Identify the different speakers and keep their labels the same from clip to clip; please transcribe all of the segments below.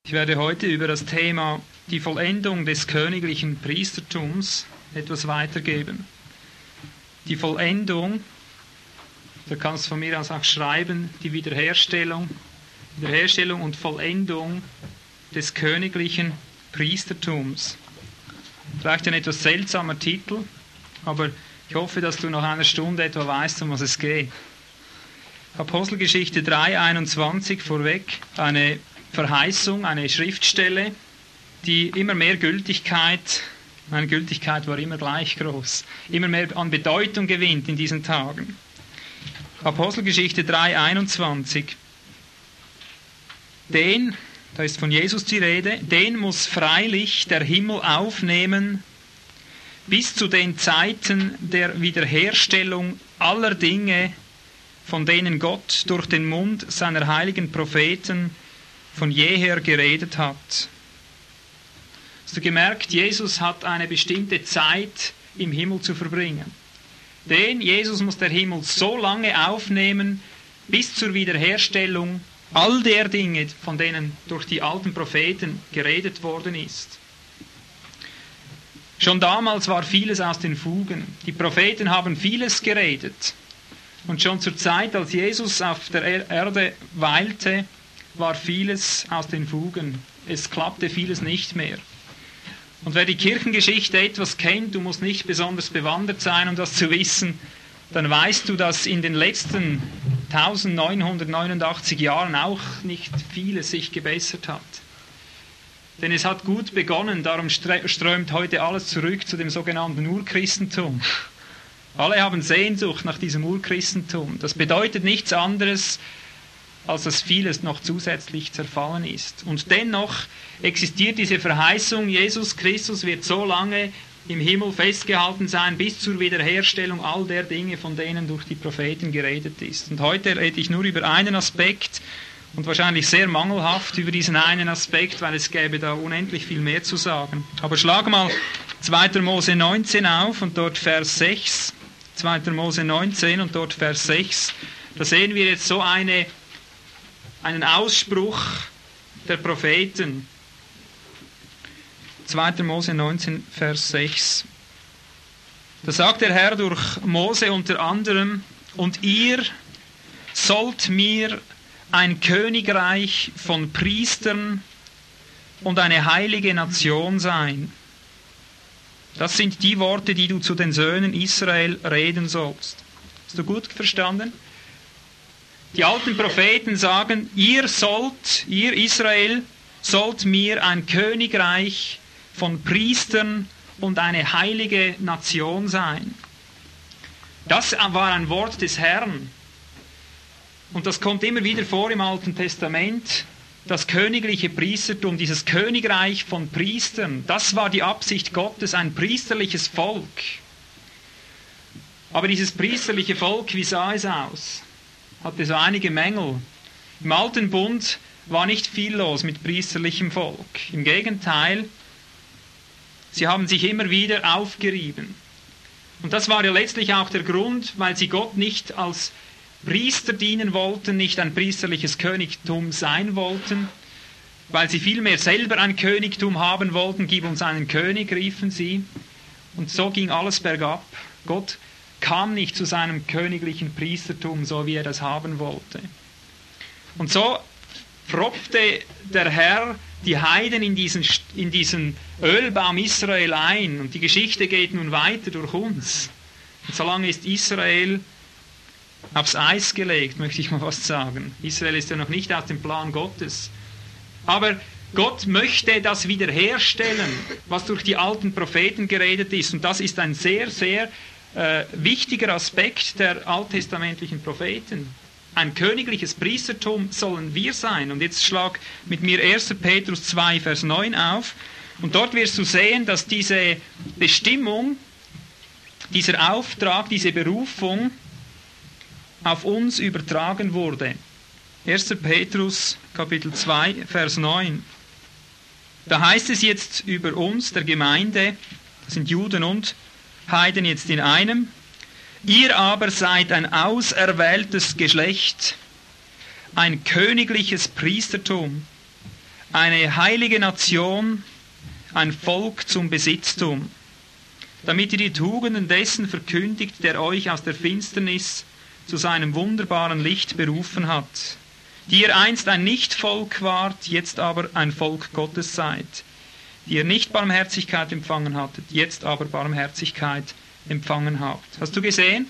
Speaker 1: Ich werde heute über das Thema die Vollendung des königlichen Priestertums etwas weitergeben. Die Vollendung, da kannst du von mir aus auch schreiben, die Wiederherstellung und Vollendung des königlichen Priestertums. Vielleicht ein etwas seltsamer Titel, aber ich hoffe, dass du nach einer Stunde etwa weißt, um was es geht. Apostelgeschichte 3,21 vorweg, eine Verheißung, eine Schriftstelle, die immer mehr Gültigkeit, meine Gültigkeit war immer gleich groß, immer mehr an Bedeutung gewinnt in diesen Tagen. Apostelgeschichte 3,21. Da ist von Jesus die Rede, den muss freilich der Himmel aufnehmen bis zu den Zeiten der Wiederherstellung aller Dinge, von denen Gott durch den Mund seiner heiligen Propheten von jeher geredet hat. Hast du gemerkt, Jesus hat eine bestimmte Zeit im Himmel zu verbringen. Denn Jesus muss der Himmel so lange aufnehmen, bis zur Wiederherstellung all der Dinge, von denen durch die alten Propheten geredet worden ist. Schon damals war vieles aus den Fugen. Die Propheten haben vieles geredet. Und schon zur Zeit, als Jesus auf der Erde weilte, war vieles aus den Fugen. Es klappte vieles nicht mehr. Und wer die Kirchengeschichte etwas kennt, du musst nicht besonders bewandert sein, um das zu wissen, dann weißt du, dass in den letzten 1989 Jahren auch nicht vieles sich gebessert hat. Denn es hat gut begonnen, darum strömt heute alles zurück zu dem sogenannten Urchristentum. Alle haben Sehnsucht nach diesem Urchristentum. Das bedeutet nichts anderes, als dass vieles noch zusätzlich zerfallen ist. Und dennoch existiert diese Verheißung, Jesus Christus wird so lange im Himmel festgehalten sein, bis zur Wiederherstellung all der Dinge, von denen durch die Propheten geredet ist. Und heute rede ich nur über einen Aspekt und wahrscheinlich sehr mangelhaft über diesen einen Aspekt, weil es gäbe da unendlich viel mehr zu sagen. Aber schlag mal 2. Mose 19 auf und dort Vers 6. 2. Mose 19 und dort Vers 6. Da sehen wir jetzt so einen Ausspruch der Propheten. 2. Mose 19, Vers 6. Da sagt der Herr durch Mose unter anderem, und ihr sollt mir ein Königreich von Priestern und eine heilige Nation sein. Das sind die Worte, die du zu den Söhnen Israel reden sollst. Hast du gut verstanden? Die alten Propheten sagen, ihr Israel, sollt mir ein Königreich von Priestern und eine heilige Nation sein. Das war ein Wort des Herrn. Und das kommt immer wieder vor im Alten Testament. Das königliche Priestertum, dieses Königreich von Priestern, das war die Absicht Gottes, ein priesterliches Volk. Aber dieses priesterliche Volk, wie sah es aus? Hatte so einige Mängel. Im Alten Bund war nicht viel los mit priesterlichem Volk. Im Gegenteil, sie haben sich immer wieder aufgerieben. Und das war ja letztlich auch der Grund, weil sie Gott nicht als Priester dienen wollten, nicht ein priesterliches Königtum sein wollten, weil sie vielmehr selber ein Königtum haben wollten. Gib uns einen König, riefen sie. Und so ging alles bergab. Gott kam nicht zu seinem königlichen Priestertum, so wie er das haben wollte. Und so pfropfte der Herr die Heiden in diesen Ölbaum Israel ein. Und die Geschichte geht nun weiter durch uns. Und solange ist Israel aufs Eis gelegt, möchte ich mal fast sagen. Israel ist ja noch nicht aus dem Plan Gottes. Aber Gott möchte das wiederherstellen, was durch die alten Propheten geredet ist. Und das ist ein sehr, sehr wichtiger Aspekt der alttestamentlichen Propheten. Ein königliches Priestertum sollen wir sein. Und jetzt schlag mit mir 1. Petrus 2, Vers 9 auf. Und dort wirst du sehen, dass diese Bestimmung, dieser Auftrag, diese Berufung auf uns übertragen wurde. 1. Petrus, Kapitel 2, Vers 9. Da heißt es jetzt über uns, der Gemeinde, das sind Juden und Heiden jetzt in einem, ihr aber seid ein auserwähltes Geschlecht, ein königliches Priestertum, eine heilige Nation, ein Volk zum Besitztum, damit ihr die Tugenden dessen verkündigt, der euch aus der Finsternis zu seinem wunderbaren Licht berufen hat, die ihr einst ein Nichtvolk wart, jetzt aber ein Volk Gottes seid, die ihr nicht Barmherzigkeit empfangen hattet, jetzt aber Barmherzigkeit empfangen habt. Hast du gesehen?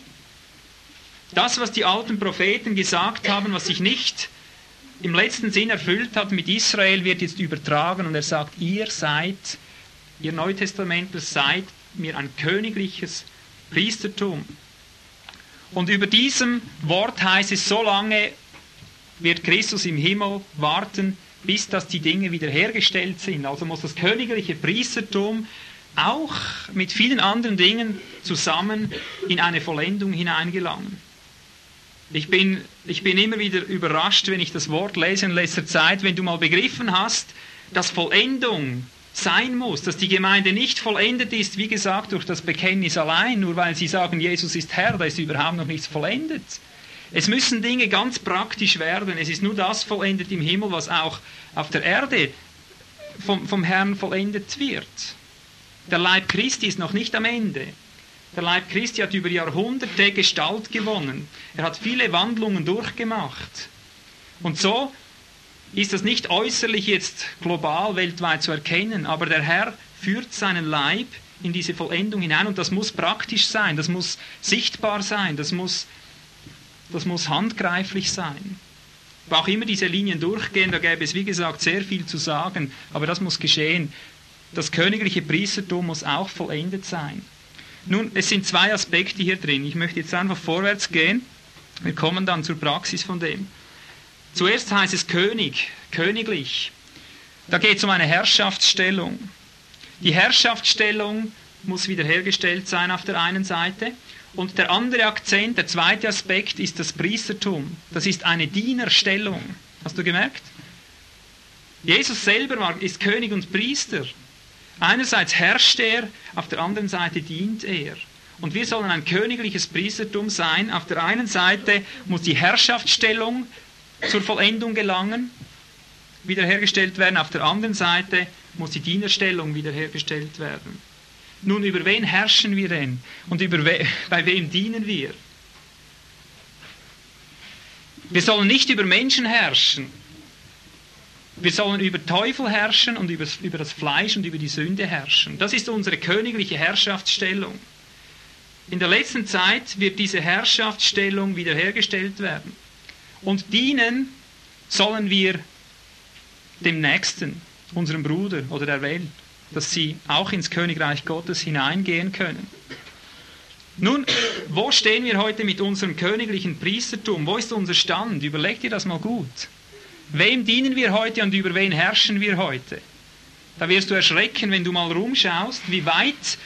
Speaker 1: Das, was die alten Propheten gesagt haben, was sich nicht im letzten Sinn erfüllt hat mit Israel, wird jetzt übertragen und er sagt, ihr Neutestamentler seid mir ein königliches Priestertum. Und über diesem Wort heißt es, so lange wird Christus im Himmel warten, bis dass die Dinge wiederhergestellt sind. Also muss das königliche Priestertum auch mit vielen anderen Dingen zusammen in eine Vollendung hineingelangen. Ich bin immer wieder überrascht, wenn ich das Wort lese in letzter Zeit, wenn du mal begriffen hast, dass Vollendung sein muss, dass die Gemeinde nicht vollendet ist, wie gesagt, durch das Bekenntnis allein, nur weil sie sagen, Jesus ist Herr, da ist überhaupt noch nichts vollendet. Es müssen Dinge ganz praktisch werden. Es ist nur das vollendet im Himmel, was auch auf der Erde vom Herrn vollendet wird. Der Leib Christi ist noch nicht am Ende. Der Leib Christi hat über Jahrhunderte Gestalt gewonnen. Er hat viele Wandlungen durchgemacht. Und so ist das nicht äußerlich jetzt global, weltweit zu erkennen, aber der Herr führt seinen Leib in diese Vollendung hinein und das muss praktisch sein, das muss sichtbar sein, das muss handgreiflich sein. Ich brauche immer diese Linien durchgehen, da gäbe es, wie gesagt, sehr viel zu sagen, aber das muss geschehen. Das königliche Priestertum muss auch vollendet sein. Nun, es sind zwei Aspekte hier drin. Ich möchte jetzt einfach vorwärts gehen. Wir kommen dann zur Praxis von dem. Zuerst heißt es königlich. Da geht es um eine Herrschaftsstellung. Die Herrschaftsstellung muss wiederhergestellt sein auf der einen Seite. Und der andere Akzent, der zweite Aspekt, ist das Priestertum. Das ist eine Dienerstellung. Hast du gemerkt? Jesus selber ist König und Priester. Einerseits herrscht er, auf der anderen Seite dient er. Und wir sollen ein königliches Priestertum sein. Auf der einen Seite muss die Herrschaftsstellung zur Vollendung gelangen, wiederhergestellt werden. Auf der anderen Seite muss die Dienerstellung wiederhergestellt werden. Nun, über wen herrschen wir denn? Und bei wem dienen wir? Wir sollen nicht über Menschen herrschen. Wir sollen über Teufel herrschen und über das Fleisch und über die Sünde herrschen. Das ist unsere königliche Herrschaftsstellung. In der letzten Zeit wird diese Herrschaftsstellung wiederhergestellt werden. Und dienen sollen wir dem Nächsten, unserem Bruder oder der Welt, dass sie auch ins Königreich Gottes hineingehen können. Nun, wo stehen wir heute mit unserem königlichen Priestertum? Wo ist unser Stand? Überleg dir das mal gut. Wem dienen wir heute und über wen herrschen wir heute? Da wirst du erschrecken, wenn du mal rumschaust, wie weit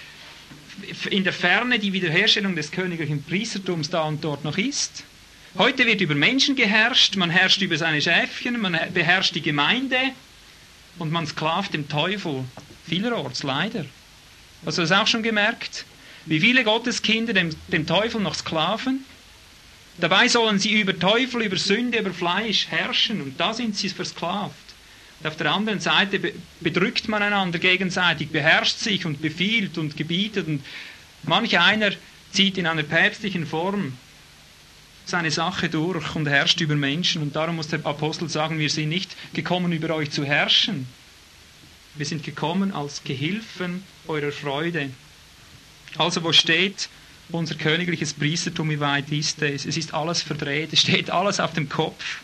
Speaker 1: in der Ferne die Wiederherstellung des königlichen Priestertums da und dort noch ist. Heute wird über Menschen geherrscht, man herrscht über seine Schäfchen, man beherrscht die Gemeinde und man sklavt dem Teufel. Vielerorts, leider. Hast du das auch schon gemerkt? Wie viele Gotteskinder dem Teufel noch sklaven? Dabei sollen sie über Teufel, über Sünde, über Fleisch herrschen und da sind sie versklavt. Und auf der anderen Seite bedrückt man einander gegenseitig, beherrscht sich und befiehlt und gebietet und manch einer zieht in einer päpstlichen Form seine Sache durch und herrscht über Menschen und darum muss der Apostel sagen, wir sind nicht gekommen, über euch zu herrschen. Wir sind gekommen als Gehilfen eurer Freude. Also wo steht unser königliches Priestertum, wie weit ist es? Es ist alles verdreht, es steht alles auf dem Kopf.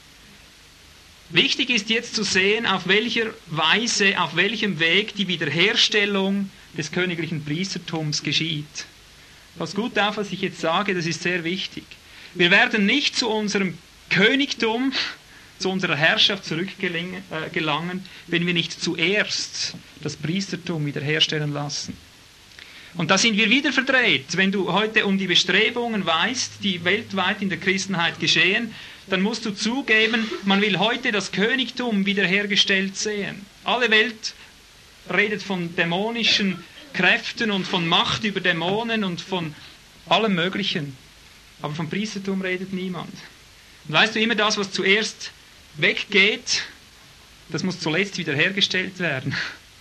Speaker 1: Wichtig ist jetzt zu sehen, auf welcher Weise, auf welchem Weg die Wiederherstellung des königlichen Priestertums geschieht. Pass gut auf, was ich jetzt sage, das ist sehr wichtig. Wir werden nicht zu unserem Königtum, zu unserer Herrschaft zurückgelangen, wenn wir nicht zuerst das Priestertum wiederherstellen lassen. Und da sind wir wieder verdreht. Wenn du heute um die Bestrebungen weißt, die weltweit in der Christenheit geschehen, dann musst du zugeben, man will heute das Königtum wiederhergestellt sehen. Alle Welt redet von dämonischen Kräften und von Macht über Dämonen und von allem Möglichen. Aber vom Priestertum redet niemand. Und weißt du, immer das, was zuerst weggeht, Das muss zuletzt wiederhergestellt werden.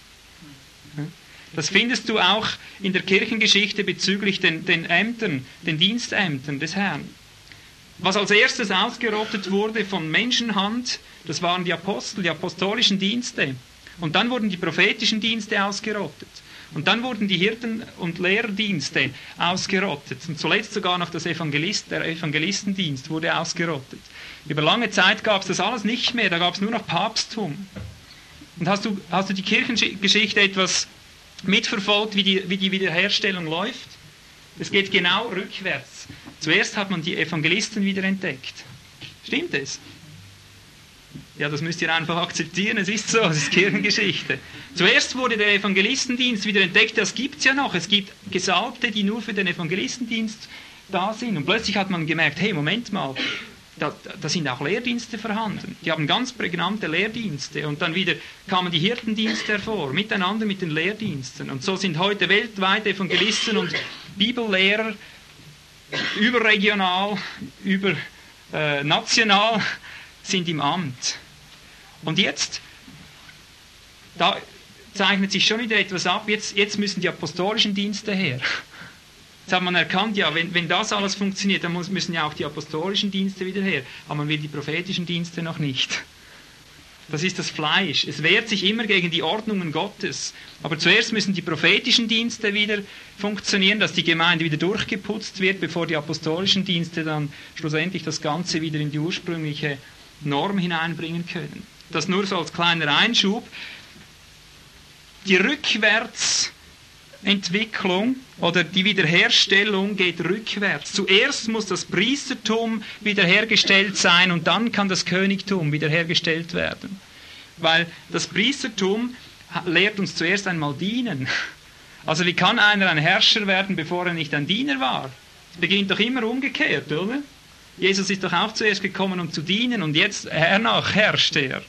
Speaker 1: Das findest du auch in der Kirchengeschichte bezüglich den Ämtern, den Dienstämtern des Herrn. Was als erstes ausgerottet wurde von Menschenhand, das waren die Apostel, die apostolischen Dienste. Und dann wurden die prophetischen Dienste ausgerottet. Und dann wurden die Hirten- und Lehrerdienste ausgerottet. Und zuletzt sogar noch der Evangelistendienst wurde ausgerottet. Über lange Zeit gab es das alles nicht mehr, da gab es nur noch Papsttum. Und hast du die Kirchengeschichte etwas mitverfolgt, wie die Wiederherstellung läuft? Es geht genau rückwärts. Zuerst hat man die Evangelisten wieder entdeckt. Stimmt es? Ja, das müsst ihr einfach akzeptieren, es ist so, es ist Kirchengeschichte. Zuerst wurde der Evangelistendienst wieder entdeckt, das gibt es ja noch. Es gibt Gesalbte, die nur für den Evangelistendienst da sind. Und plötzlich hat man gemerkt, hey, Moment mal, da sind auch Lehrdienste vorhanden. Die haben ganz prägnante Lehrdienste. Und dann wieder kamen die Hirtendienste hervor, miteinander mit den Lehrdiensten. Und so sind heute weltweit Evangelisten und Bibellehrer überregional, national sind im Amt. Und jetzt, da zeichnet sich schon wieder etwas ab, jetzt müssen die apostolischen Dienste her. Jetzt hat man erkannt, ja, wenn das alles funktioniert, dann müssen ja auch die apostolischen Dienste wieder her. Aber man will die prophetischen Dienste noch nicht. Das ist das Fleisch. Es wehrt sich immer gegen die Ordnungen Gottes. Aber zuerst müssen die prophetischen Dienste wieder funktionieren, dass die Gemeinde wieder durchgeputzt wird, bevor die apostolischen Dienste dann schlussendlich das Ganze wieder in die ursprüngliche Norm hineinbringen können. Das nur so als kleiner Einschub. Die Rückwärtsentwicklung oder die Wiederherstellung geht rückwärts. Zuerst muss das Priestertum wiederhergestellt sein und dann kann das Königtum wiederhergestellt werden. Weil das Priestertum lehrt uns zuerst einmal dienen. Also wie kann einer ein Herrscher werden, bevor er nicht ein Diener war? Es beginnt doch immer umgekehrt, oder? Jesus ist doch auch zuerst gekommen, um zu dienen und jetzt hernach herrscht er.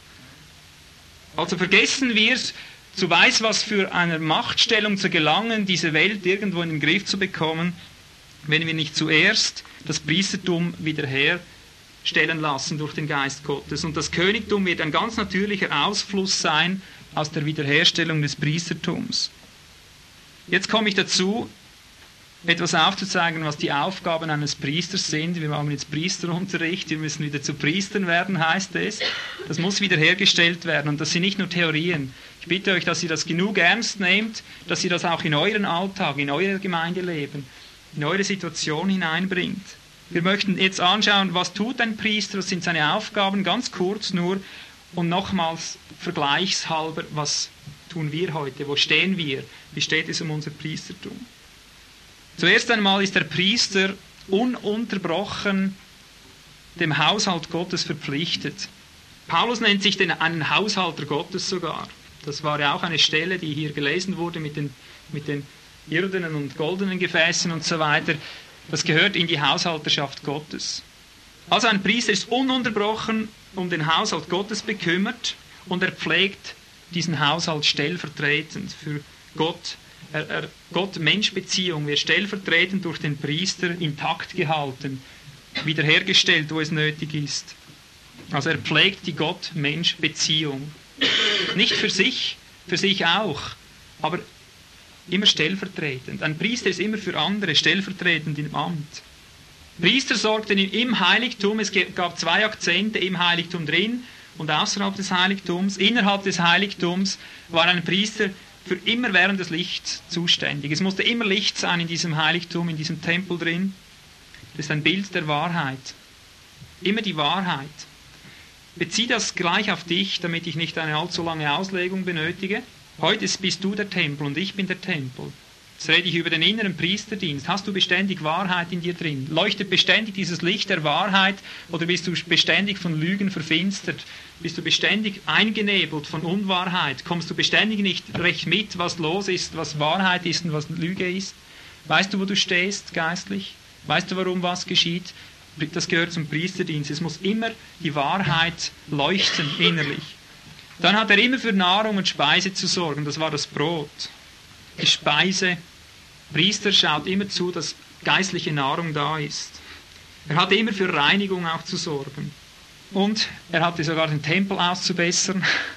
Speaker 1: Also vergessen wir es, zu weiß was für eine Machtstellung zu gelangen, diese Welt irgendwo in den Griff zu bekommen, wenn wir nicht zuerst das Priestertum wiederherstellen lassen durch den Geist Gottes. Und das Königtum wird ein ganz natürlicher Ausfluss sein aus der Wiederherstellung des Priestertums. Jetzt komme ich dazu, etwas aufzuzeigen, was die Aufgaben eines Priesters sind. Wir haben jetzt Priesterunterricht, wir müssen wieder zu Priestern werden, heißt es. Das muss wiederhergestellt werden und das sind nicht nur Theorien. Ich bitte euch, dass ihr das genug ernst nehmt, dass ihr das auch in euren Alltag, in euer Gemeindeleben, in eure Situation hineinbringt. Wir möchten jetzt anschauen, was tut ein Priester, was sind seine Aufgaben, ganz kurz nur und nochmals vergleichshalber, was tun wir heute, wo stehen wir, wie steht es um unser Priestertum. Zuerst einmal ist der Priester ununterbrochen dem Haushalt Gottes verpflichtet. Paulus nennt sich einen Haushalter Gottes sogar. Das war ja auch eine Stelle, die hier gelesen wurde mit den irdenen und goldenen Gefäßen und so weiter. Das gehört in die Haushalterschaft Gottes. Also ein Priester ist ununterbrochen um den Haushalt Gottes bekümmert und er pflegt diesen Haushalt stellvertretend für Gott. Gott-Mensch-Beziehung wird stellvertretend durch den Priester intakt gehalten, wiederhergestellt, wo es nötig ist. Also er pflegt die Gott-Mensch-Beziehung. Nicht für sich auch, aber immer stellvertretend. Ein Priester ist immer für andere stellvertretend im Amt. Priester sorgten im Heiligtum, es gab 2 Akzente im Heiligtum drin und außerhalb des Heiligtums. Innerhalb des Heiligtums war ein Priester für immerwährendes Licht zuständig. Es musste immer Licht sein in diesem Heiligtum, in diesem Tempel drin. Das ist ein Bild der Wahrheit. Immer die Wahrheit. Bezieh das gleich auf dich, damit ich nicht eine allzu lange Auslegung benötige. Heute bist du der Tempel und ich bin der Tempel. Jetzt rede ich über den inneren Priesterdienst. Hast du beständig Wahrheit in dir drin? Leuchtet beständig dieses Licht der Wahrheit oder bist du beständig von Lügen verfinstert? Bist du beständig eingenebelt von Unwahrheit? Kommst du beständig nicht recht mit, was los ist, was Wahrheit ist und was Lüge ist? Weißt du, wo du stehst geistlich? Weißt du, warum was geschieht? Das gehört zum Priesterdienst. Es muss immer die Wahrheit leuchten innerlich. Dann hat er immer für Nahrung und Speise zu sorgen. Das war das Brot. Die Speise. Priester schaut immer zu, dass geistliche Nahrung da ist. Er hatte immer für Reinigung auch zu sorgen. Und er hatte sogar den Tempel auszubessern.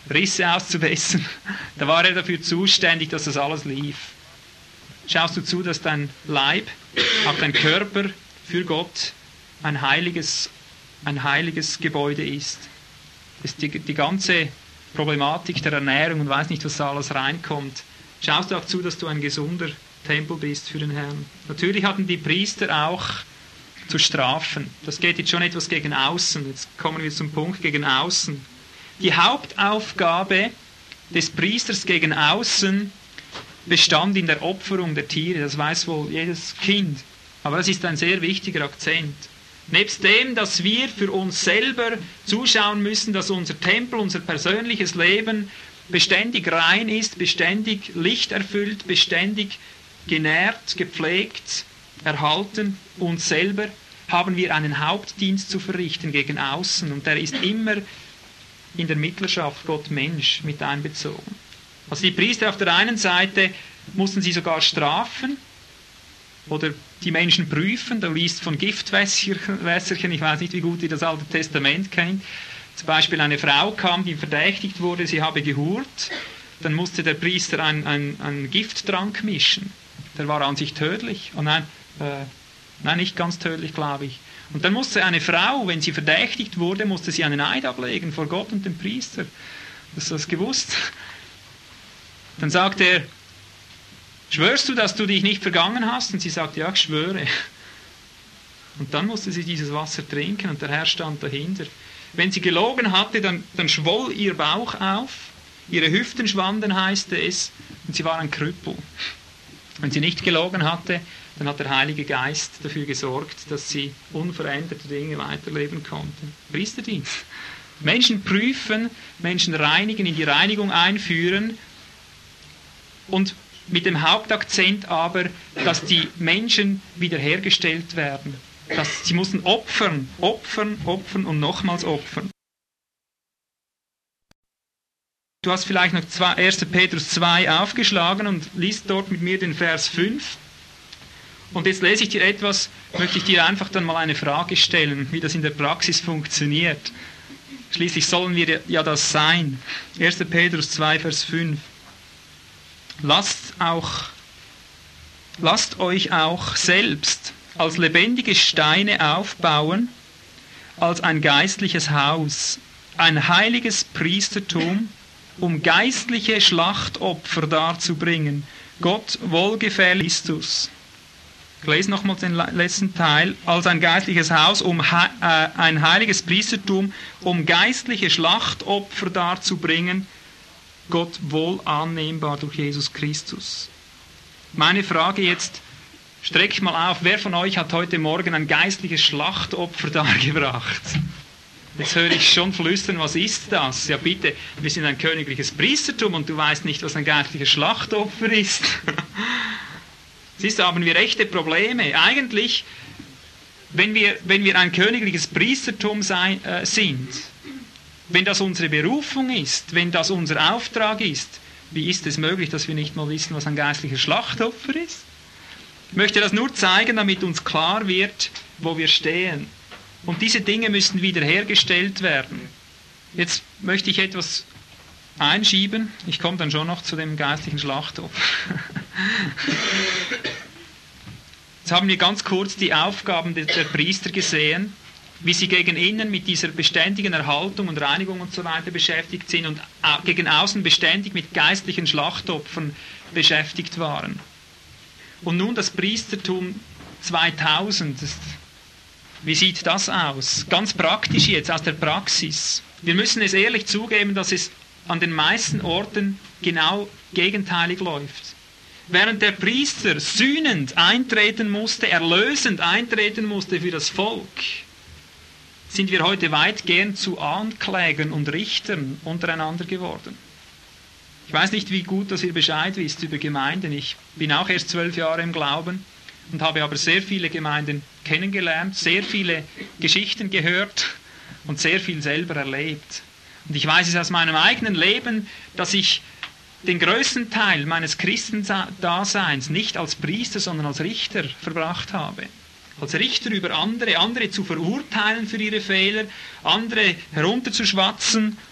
Speaker 1: Risse auszubessern. Da war er dafür zuständig, dass das alles lief. Schaust du zu, dass dein Leib, auch dein Körper für Gott ein heiliges Gebäude ist. Das ist die ganze Problematik der Ernährung und weiß nicht, was da alles reinkommt. Schaust du auch zu, dass du ein gesunder Tempel bist für den Herrn. Natürlich hatten die Priester auch zu strafen. Das geht jetzt schon etwas gegen außen. Jetzt kommen wir zum Punkt gegen außen. Die Hauptaufgabe des Priesters gegen außen bestand in der Opferung der Tiere. Das weiß wohl jedes Kind. Aber das ist ein sehr wichtiger Akzent. Nebst dem, dass wir für uns selber zuschauen müssen, dass unser Tempel, unser persönliches Leben beständig rein ist, beständig lichterfüllt, beständig genährt, gepflegt, erhalten, uns selber, haben wir einen Hauptdienst zu verrichten gegen außen. Und der ist immer in der Mittlerschaft Gott-Mensch mit einbezogen. Also die Priester auf der einen Seite mussten sie sogar strafen oder die Menschen prüfen. Du liest von Giftwässerchen, ich weiß nicht, wie gut ihr das Alte Testament kennt. Zum Beispiel eine Frau kam, die verdächtigt wurde, sie habe gehurt. Dann musste der Priester einen Gifttrank mischen. Der war an sich tödlich. Oh nein, nicht ganz tödlich, glaube ich. Und dann musste eine Frau, wenn sie verdächtigt wurde, musste sie einen Eid ablegen vor Gott und dem Priester. Hast du das gewusst? Dann sagt er, schwörst du, dass du dich nicht vergangen hast? Und sie sagt, ja, ich schwöre. Und dann musste sie dieses Wasser trinken und der Herr stand dahinter. Wenn sie gelogen hatte, dann schwoll ihr Bauch auf, ihre Hüften schwanden, heißt es, und sie war ein Krüppel. Wenn sie nicht gelogen hatte, dann hat der Heilige Geist dafür gesorgt, dass sie unveränderte Dinge weiterleben konnten. Priesterdienst. Menschen prüfen, Menschen reinigen, in die Reinigung einführen und mit dem Hauptakzent aber, dass die Menschen wiederhergestellt werden. Sie mussten opfern und nochmals opfern. Du hast vielleicht noch 1. Petrus 2 aufgeschlagen und liest dort mit mir den Vers 5. Und jetzt lese ich dir etwas, möchte ich dir einfach dann mal eine Frage stellen, wie das in der Praxis funktioniert. Schließlich sollen wir ja das sein. 1. Petrus 2, Vers 5. Lasst euch auch selbst als lebendige Steine aufbauen, als ein geistliches Haus, ein heiliges Priestertum, um geistliche Schlachtopfer darzubringen, Gott wohlgefällig Christus. Ich lese nochmal den letzten Teil. Als ein geistliches Haus, ein heiliges Priestertum, um geistliche Schlachtopfer darzubringen, Gott wohl annehmbar durch Jesus Christus. Meine Frage jetzt, streck mal auf, wer von euch hat heute Morgen ein geistliches Schlachtopfer dargebracht? Jetzt höre ich schon flüstern, was ist das? Ja bitte, wir sind ein königliches Priestertum und du weißt nicht, was ein geistliches Schlachtopfer ist. Siehst du, haben wir echte Probleme. Eigentlich, wenn wir ein königliches Priestertum sind, wenn das unsere Berufung ist, wenn das unser Auftrag ist, wie ist es möglich, dass wir nicht mal wissen, was ein geistliches Schlachtopfer ist? Ich möchte das nur zeigen, damit uns klar wird, wo wir stehen. Und diese Dinge müssen wiederhergestellt werden. Jetzt möchte ich etwas einschieben. Ich komme dann schon noch zu dem geistlichen Schlachtopfer. Jetzt haben wir ganz kurz die Aufgaben der Priester gesehen, wie sie gegen innen mit dieser beständigen Erhaltung und Reinigung und so weiter beschäftigt sind und gegen außen beständig mit geistlichen Schlachtopfern beschäftigt waren. Und nun das Priestertum 2000. Wie sieht das aus? Ganz praktisch jetzt, aus der Praxis. Wir müssen es ehrlich zugeben, dass es an den meisten Orten genau gegenteilig läuft. Während der Priester sühnend eintreten musste, erlösend eintreten musste für das Volk, sind wir heute weitgehend zu Anklägern und Richtern untereinander geworden. Ich weiß nicht, wie gut, dass ihr Bescheid wisst über Gemeinden. Ich bin auch erst 12 Jahre im Glauben und habe aber sehr viele Gemeinden kennengelernt, sehr viele Geschichten gehört und sehr viel selber erlebt. Und ich weiß es aus meinem eigenen Leben, dass ich den größten Teil meines Christendaseins nicht als Priester, sondern als Richter verbracht habe. Als Richter über andere zu verurteilen für ihre Fehler, andere herunterzuschwatzen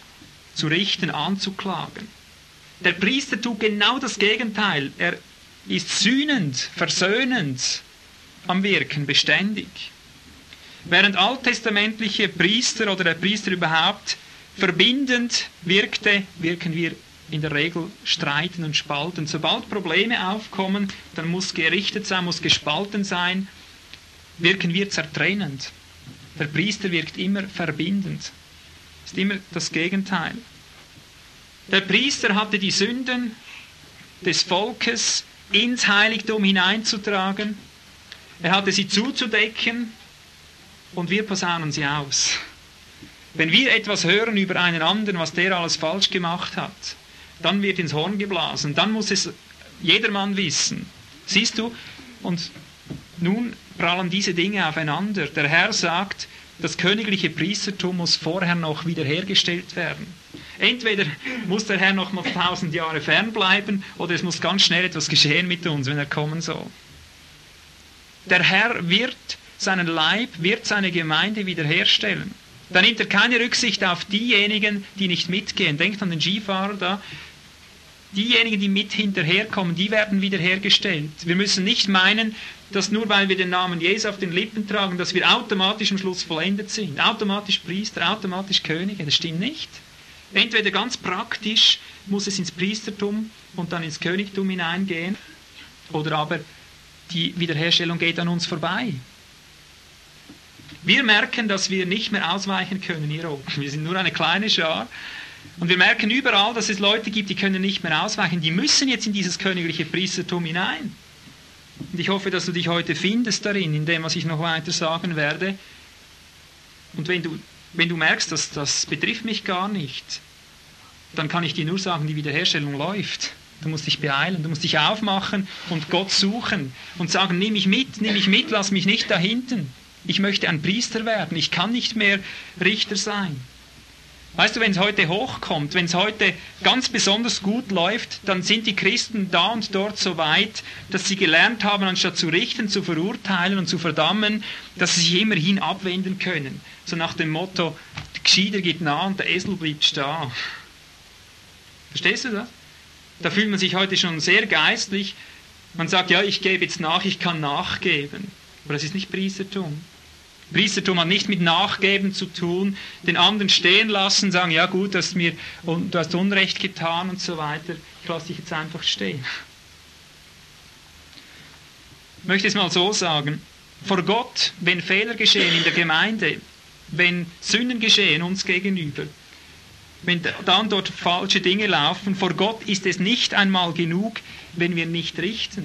Speaker 1: zu richten, anzuklagen. Der Priester tut genau das Gegenteil. Er ist sühnend, versöhnend am Wirken, beständig. Während alttestamentliche Priester oder der Priester überhaupt verbindend wirkte, wirken wir in der Regel streiten und spalten. Sobald Probleme aufkommen, dann muss gerichtet sein, muss gespalten sein, wirken wir zertrennend. Der Priester wirkt immer verbindend. Ist immer das Gegenteil. Der Priester hatte die Sünden des Volkes ins Heiligtum hineinzutragen. Er hatte sie zuzudecken und wir posaunen sie aus. Wenn wir etwas hören über einen anderen, was der alles falsch gemacht hat, dann wird ins Horn geblasen. Dann muss es jedermann wissen. Siehst du? Und nun prallen diese Dinge aufeinander. Der Herr sagt, das königliche Priestertum muss vorher noch wiederhergestellt werden. Entweder muss der Herr noch mal 1000 Jahre fernbleiben oder es muss ganz schnell etwas geschehen mit uns, wenn er kommen soll. Der Herr wird seinen Leib, wird seine Gemeinde wiederherstellen. Da nimmt er keine Rücksicht auf diejenigen, die nicht mitgehen. Denkt an den Skifahrer da. Diejenigen, die mit hinterherkommen, die werden wiederhergestellt. Wir müssen nicht meinen, dass nur weil wir den Namen Jesu auf den Lippen tragen, dass wir automatisch am Schluss vollendet sind. Automatisch Priester, automatisch Könige. Das stimmt nicht. Entweder ganz praktisch muss es ins Priestertum und dann ins Königtum hineingehen, oder aber die Wiederherstellung geht an uns vorbei. Wir merken, dass wir nicht mehr ausweichen können hier oben. Wir sind nur eine kleine Schar. Und wir merken überall, dass es Leute gibt, die können nicht mehr ausweichen. Die müssen jetzt in dieses königliche Priestertum hinein. Und ich hoffe, dass du dich heute findest darin, in dem, was ich noch weiter sagen werde. Und wenn du merkst, dass das betrifft mich gar nicht, dann kann ich dir nur sagen, die Wiederherstellung läuft. Du musst dich beeilen, du musst dich aufmachen und Gott suchen und sagen, nimm mich mit, lass mich nicht da hinten. Ich möchte ein Priester werden, ich kann nicht mehr Richter sein. Weißt du, wenn es heute hochkommt, wenn es heute ganz besonders gut läuft, dann sind die Christen da und dort so weit, dass sie gelernt haben, anstatt zu richten, zu verurteilen und zu verdammen, dass sie sich immerhin abwenden können. So nach dem Motto, der Gescheiter geht nah und der Esel bleibt da. Verstehst du das? Da fühlt man sich heute schon sehr geistlich. Man sagt, ja, ich gebe jetzt nach, ich kann nachgeben. Aber das ist nicht Priestertum. Priestertum hat nicht mit Nachgeben zu tun, den anderen stehen lassen, sagen, ja gut, du hast Unrecht getan und so weiter. Ich lasse dich jetzt einfach stehen. Ich möchte es mal so sagen. Vor Gott, wenn Fehler geschehen in der Gemeinde, wenn Sünden geschehen uns gegenüber, wenn dann dort falsche Dinge laufen, vor Gott ist es nicht einmal genug, wenn wir nicht richten.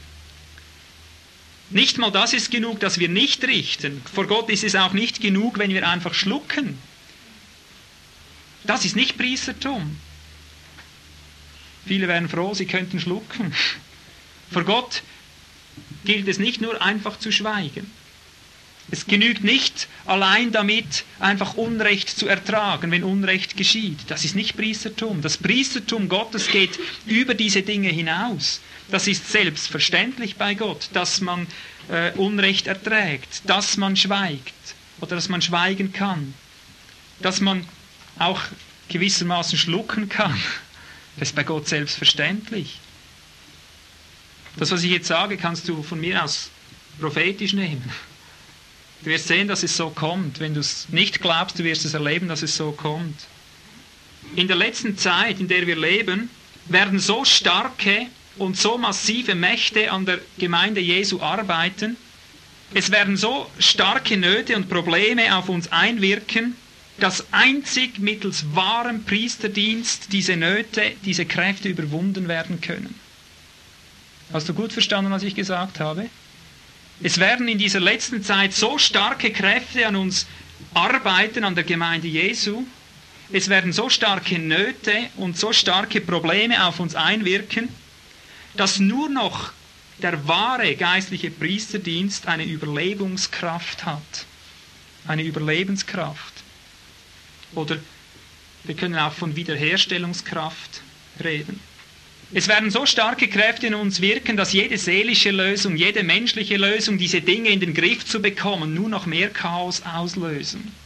Speaker 1: Nicht mal das ist genug, dass wir nicht richten. Vor Gott ist es auch nicht genug, wenn wir einfach schlucken. Das ist nicht Priestertum. Viele wären froh, sie könnten schlucken. Vor Gott gilt es nicht nur einfach zu schweigen. Es genügt nicht allein damit, einfach Unrecht zu ertragen, wenn Unrecht geschieht. Das ist nicht Priestertum. Das Priestertum Gottes geht über diese Dinge hinaus. Das ist selbstverständlich bei Gott, dass man Unrecht erträgt, dass man schweigt oder dass man schweigen kann, dass man auch gewissermaßen schlucken kann. Das ist bei Gott selbstverständlich. Das, was ich jetzt sage, kannst du von mir aus prophetisch nehmen. Du wirst sehen, dass es so kommt. Wenn du es nicht glaubst, du wirst es erleben, dass es so kommt. In der letzten Zeit, in der wir leben, werden so starke und so massive Mächte an der Gemeinde Jesu arbeiten. Es werden so starke Nöte und Probleme auf uns einwirken, dass einzig mittels wahrem Priesterdienst diese Nöte, diese Kräfte überwunden werden können. Hast du gut verstanden, was ich gesagt habe? Es werden in dieser letzten Zeit so starke Kräfte an uns arbeiten, an der Gemeinde Jesu. Es werden so starke Nöte und so starke Probleme auf uns einwirken, dass nur noch der wahre geistliche Priesterdienst eine Überlebenskraft hat. Eine Überlebenskraft. Oder wir können auch von Wiederherstellungskraft reden. Es werden so starke Kräfte in uns wirken, dass jede seelische Lösung, jede menschliche Lösung, diese Dinge in den Griff zu bekommen, nur noch mehr Chaos auslösen.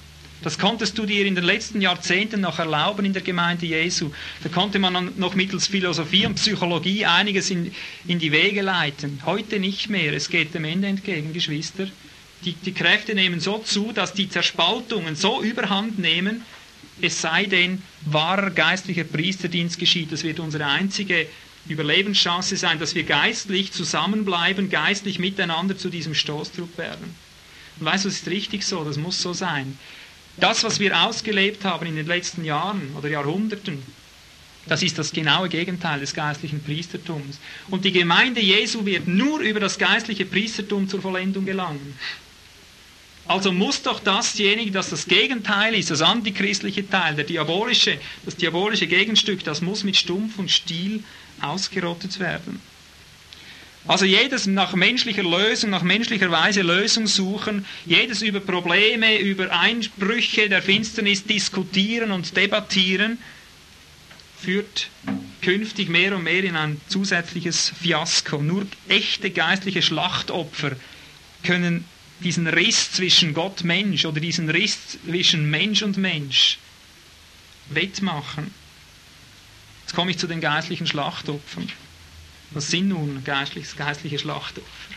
Speaker 1: Das konntest du dir in den letzten Jahrzehnten noch erlauben in der Gemeinde Jesu. Da konnte man noch mittels Philosophie und Psychologie einiges in die Wege leiten. Heute nicht mehr. Es geht dem Ende entgegen, Geschwister. Die Kräfte nehmen so zu, dass die Zerspaltungen so überhand nehmen, es sei denn, wahrer geistlicher Priesterdienst geschieht. Das wird unsere einzige Überlebenschance sein, dass wir geistlich zusammenbleiben, geistlich miteinander zu diesem Stoßtrupp werden. Und weißt du, das ist richtig so, das muss so sein. Das, was wir ausgelebt haben in den letzten Jahren oder Jahrhunderten, das ist das genaue Gegenteil des geistlichen Priestertums. Und die Gemeinde Jesu wird nur über das geistliche Priestertum zur Vollendung gelangen. Also muss doch dasjenige, das das Gegenteil ist, das antichristliche Teil, das diabolische Gegenstück, das muss mit Stumpf und Stiel ausgerottet werden. Also jedes nach menschlicher Lösung, nach menschlicher Weise Lösung suchen, jedes über Probleme, über Einbrüche der Finsternis diskutieren und debattieren, führt künftig mehr und mehr in ein zusätzliches Fiasko. Nur echte geistliche Schlachtopfer können diesen Riss zwischen Gott und Mensch oder diesen Riss zwischen Mensch und Mensch wettmachen. Jetzt komme ich zu den geistlichen Schlachtopfern. Was sind nun geistliche Schlachtopfer?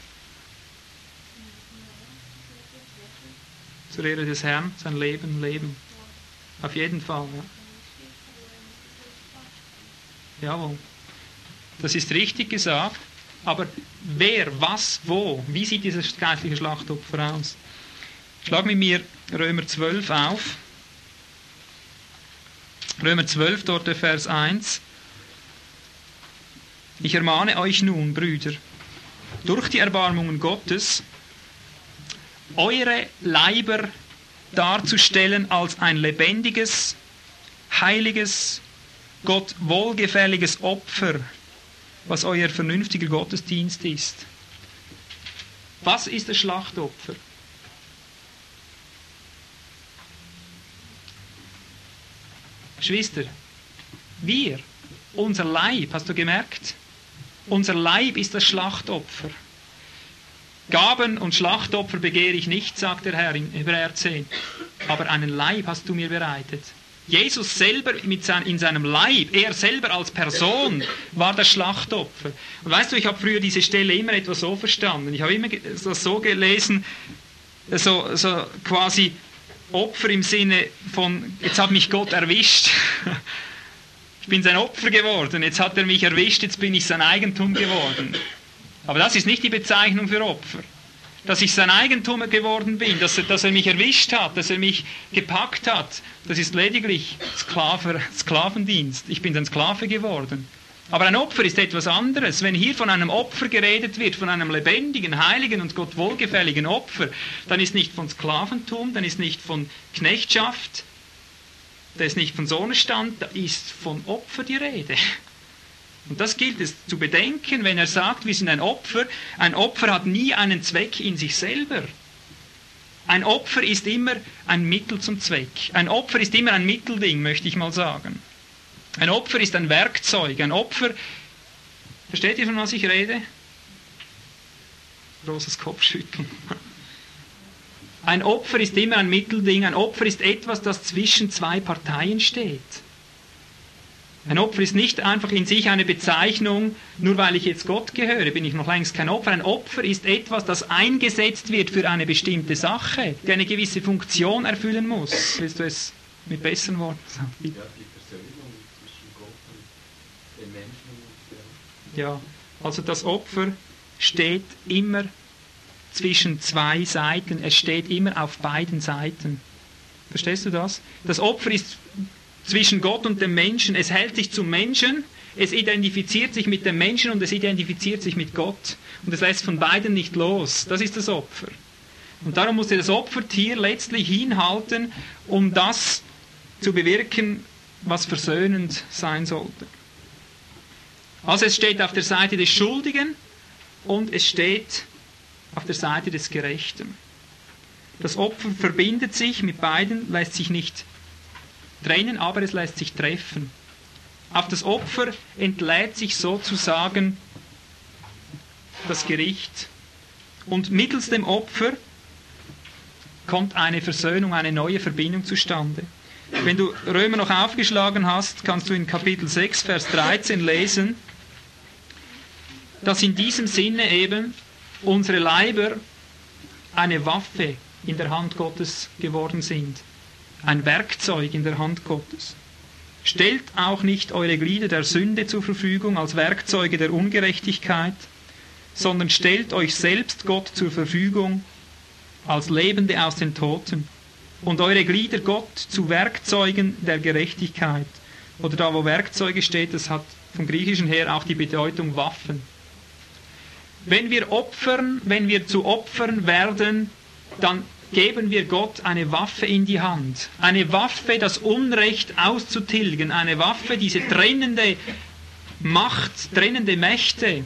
Speaker 1: Zur Ehre des Herrn, sein Leben. Auf jeden Fall. Ja. Jawohl. Das ist richtig gesagt. Aber wer, was, wo? Wie sieht dieses geistliche Schlachtopfer aus? Schlag mit mir Römer 12 auf. Römer 12, dort der Vers 1. Ich ermahne euch nun, Brüder, durch die Erbarmungen Gottes, eure Leiber darzustellen als ein lebendiges, heiliges, Gott wohlgefälliges Opfer, was euer vernünftiger Gottesdienst ist. Was ist das Schlachtopfer? Geschwister, unser Leib, hast du gemerkt? Unser Leib ist das Schlachtopfer. Gaben und Schlachtopfer begehre ich nicht, sagt der Herr in Hebräer 10. Aber einen Leib hast du mir bereitet. Jesus selber in seinem Leib, er selber als Person, war das Schlachtopfer. Und weißt du, ich habe früher diese Stelle immer etwa so verstanden. Ich habe immer das so gelesen, so quasi Opfer im Sinne von, jetzt hat mich Gott erwischt. Ich bin sein Opfer geworden, jetzt hat er mich erwischt, jetzt bin ich sein Eigentum geworden. Aber das ist nicht die Bezeichnung für Opfer. Dass ich sein Eigentum geworden bin, dass er mich erwischt hat, dass er mich gepackt hat, das ist lediglich Sklavendienst. Ich bin ein Sklave geworden. Aber ein Opfer ist etwas anderes. Wenn hier von einem Opfer geredet wird, von einem lebendigen, heiligen und Gott wohlgefälligen Opfer, dann ist nicht von Sklaventum, dann ist nicht von Knechtschaft, da ist nicht von Sohnestand, da ist von Opfer die Rede. Und das gilt es zu bedenken, wenn er sagt, wir sind ein Opfer. Ein Opfer hat nie einen Zweck in sich selber. Ein Opfer ist immer ein Mittel zum Zweck. Ein Opfer ist immer ein Mittelding, möchte ich mal sagen. Ein Opfer ist ein Werkzeug. Ein Opfer, versteht ihr, von was ich rede? Großes Kopfschütteln. Ein Opfer ist immer ein Mittelding. Ein Opfer ist etwas, das zwischen zwei Parteien steht. Ein Opfer ist nicht einfach in sich eine Bezeichnung, nur weil ich jetzt Gott gehöre, bin ich noch längst kein Opfer. Ein Opfer ist etwas, das eingesetzt wird für eine bestimmte Sache, die eine gewisse Funktion erfüllen muss. Willst du es mit besseren Worten sagen? Ja, die Versöhnung zwischen Gott und den Menschen. Ja, also das Opfer steht immer zwischen zwei Seiten, es steht immer auf beiden Seiten. Verstehst du das? Das Opfer ist zwischen Gott und dem Menschen. Es hält sich zum Menschen, es identifiziert sich mit dem Menschen und es identifiziert sich mit Gott. Und es lässt von beiden nicht los. Das ist das Opfer. Und darum musste das Opfertier letztlich hinhalten, um das zu bewirken, was versöhnend sein sollte. Also es steht auf der Seite des Schuldigen und es steht auf der Seite des Gerechten. Das Opfer verbindet sich mit beiden, lässt sich nicht trennen, aber es lässt sich treffen. Auf das Opfer entlädt sich sozusagen das Gericht. Und mittels dem Opfer kommt eine Versöhnung, eine neue Verbindung zustande. Wenn du Römer noch aufgeschlagen hast, kannst du in Kapitel 6, Vers 13 lesen, dass in diesem Sinne eben unsere Leiber eine Waffe in der Hand Gottes geworden sind. Ein Werkzeug in der Hand Gottes. Stellt auch nicht eure Glieder der Sünde zur Verfügung als Werkzeuge der Ungerechtigkeit, sondern stellt euch selbst Gott zur Verfügung als Lebende aus den Toten und eure Glieder Gott zu Werkzeugen der Gerechtigkeit. Oder da, wo Werkzeuge steht, das hat vom Griechischen her auch die Bedeutung Waffen. Wenn wir opfern, wenn wir zu Opfern werden, dann geben wir Gott eine Waffe in die Hand. Eine Waffe, das Unrecht auszutilgen. Eine Waffe, diese trennende Macht, trennende Mächte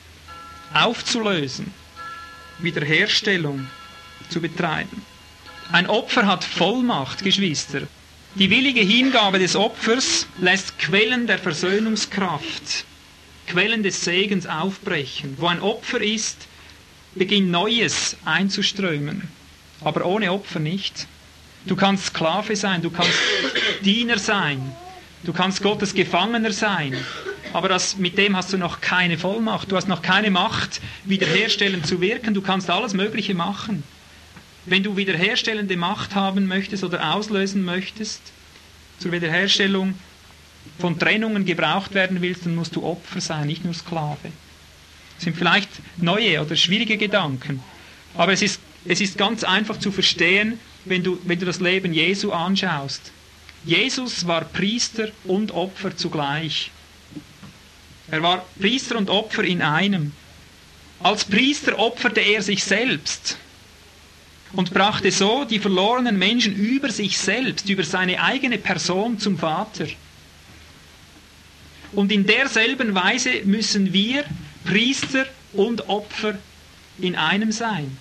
Speaker 1: aufzulösen. Wiederherstellung zu betreiben. Ein Opfer hat Vollmacht, Geschwister. Die willige Hingabe des Opfers lässt Quellen der Versöhnungskraft, Quellen des Segens aufbrechen. Wo ein Opfer ist, beginnt Neues einzuströmen. Aber ohne Opfer nicht. Du kannst Sklave sein, du kannst Diener sein, du kannst Gottes Gefangener sein. Aber mit dem hast du noch keine Vollmacht. Du hast noch keine Macht, wiederherstellend zu wirken. Du kannst alles Mögliche machen. Wenn du wiederherstellende Macht haben möchtest oder auslösen möchtest, zur Wiederherstellung von Trennungen gebraucht werden willst, dann musst du Opfer sein, nicht nur Sklave. Das sind vielleicht neue oder schwierige Gedanken. Aber es ist ganz einfach zu verstehen, wenn du das Leben Jesu anschaust. Jesus war Priester und Opfer zugleich. Er war Priester und Opfer in einem. Als Priester opferte er sich selbst und brachte so die verlorenen Menschen über sich selbst, über seine eigene Person zum Vater. Und in derselben Weise müssen wir Priester und Opfer in einem sein.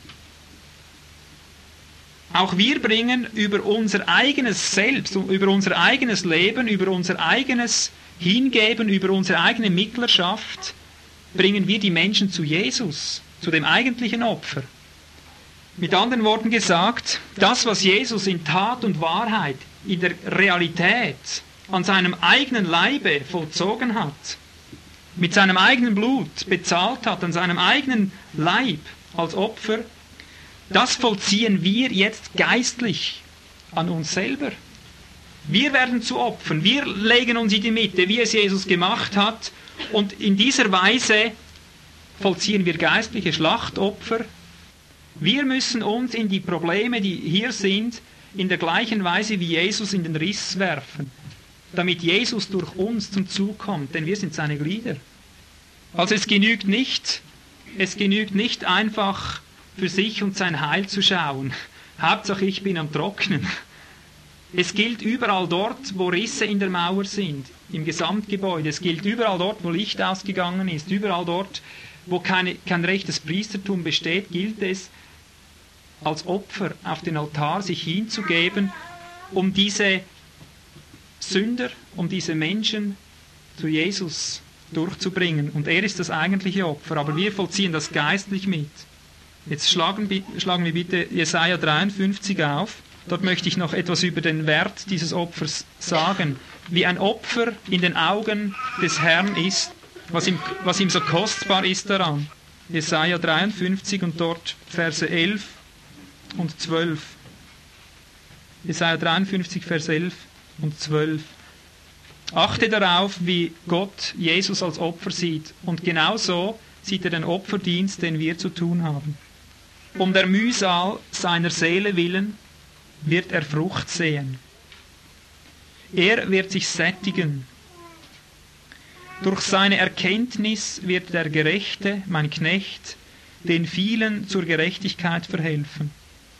Speaker 1: Auch wir bringen über unser eigenes Selbst, über unser eigenes Leben, über unser eigenes Hingeben, über unsere eigene Mittlerschaft, bringen wir die Menschen zu Jesus, zu dem eigentlichen Opfer. Mit anderen Worten gesagt, das, was Jesus in Tat und Wahrheit, in der Realität, an seinem eigenen Leibe vollzogen hat, mit seinem eigenen Blut bezahlt hat, an seinem eigenen Leib als Opfer, das vollziehen wir jetzt geistlich an uns selber. Wir werden zu Opfern, wir legen uns in die Mitte, wie es Jesus gemacht hat, und in dieser Weise vollziehen wir geistliche Schlachtopfer. Wir müssen uns in die Probleme, die hier sind, in der gleichen Weise wie Jesus in den Riss werfen, damit Jesus durch uns zum Zug kommt, denn wir sind seine Glieder. Also es genügt nicht einfach für sich und sein Heil zu schauen. Hauptsache ich bin am Trocknen. Es gilt überall dort, wo Risse in der Mauer sind, im Gesamtgebäude. Es gilt überall dort, wo Licht ausgegangen ist. Überall dort, wo kein rechtes Priestertum besteht, gilt es, als Opfer auf den Altar sich hinzugeben, um diese Sünder, um diese Menschen zu Jesus durchzubringen. Und er ist das eigentliche Opfer, aber wir vollziehen das geistlich mit. Jetzt schlagen wir bitte Jesaja 53 auf. Dort möchte ich noch etwas über den Wert dieses Opfers sagen. Wie ein Opfer in den Augen des Herrn ist, was ihm so kostbar ist daran. Jesaja 53 und dort Verse 11 und 12. Jesaja 53, Vers 11 und 12. Achte darauf, wie Gott Jesus als Opfer sieht. Und genauso sieht er den Opferdienst, den wir zu tun haben. Um der Mühsal seiner Seele willen wird er Frucht sehen. Er wird sich sättigen. Durch seine Erkenntnis wird der Gerechte, mein Knecht, den vielen zur Gerechtigkeit verhelfen.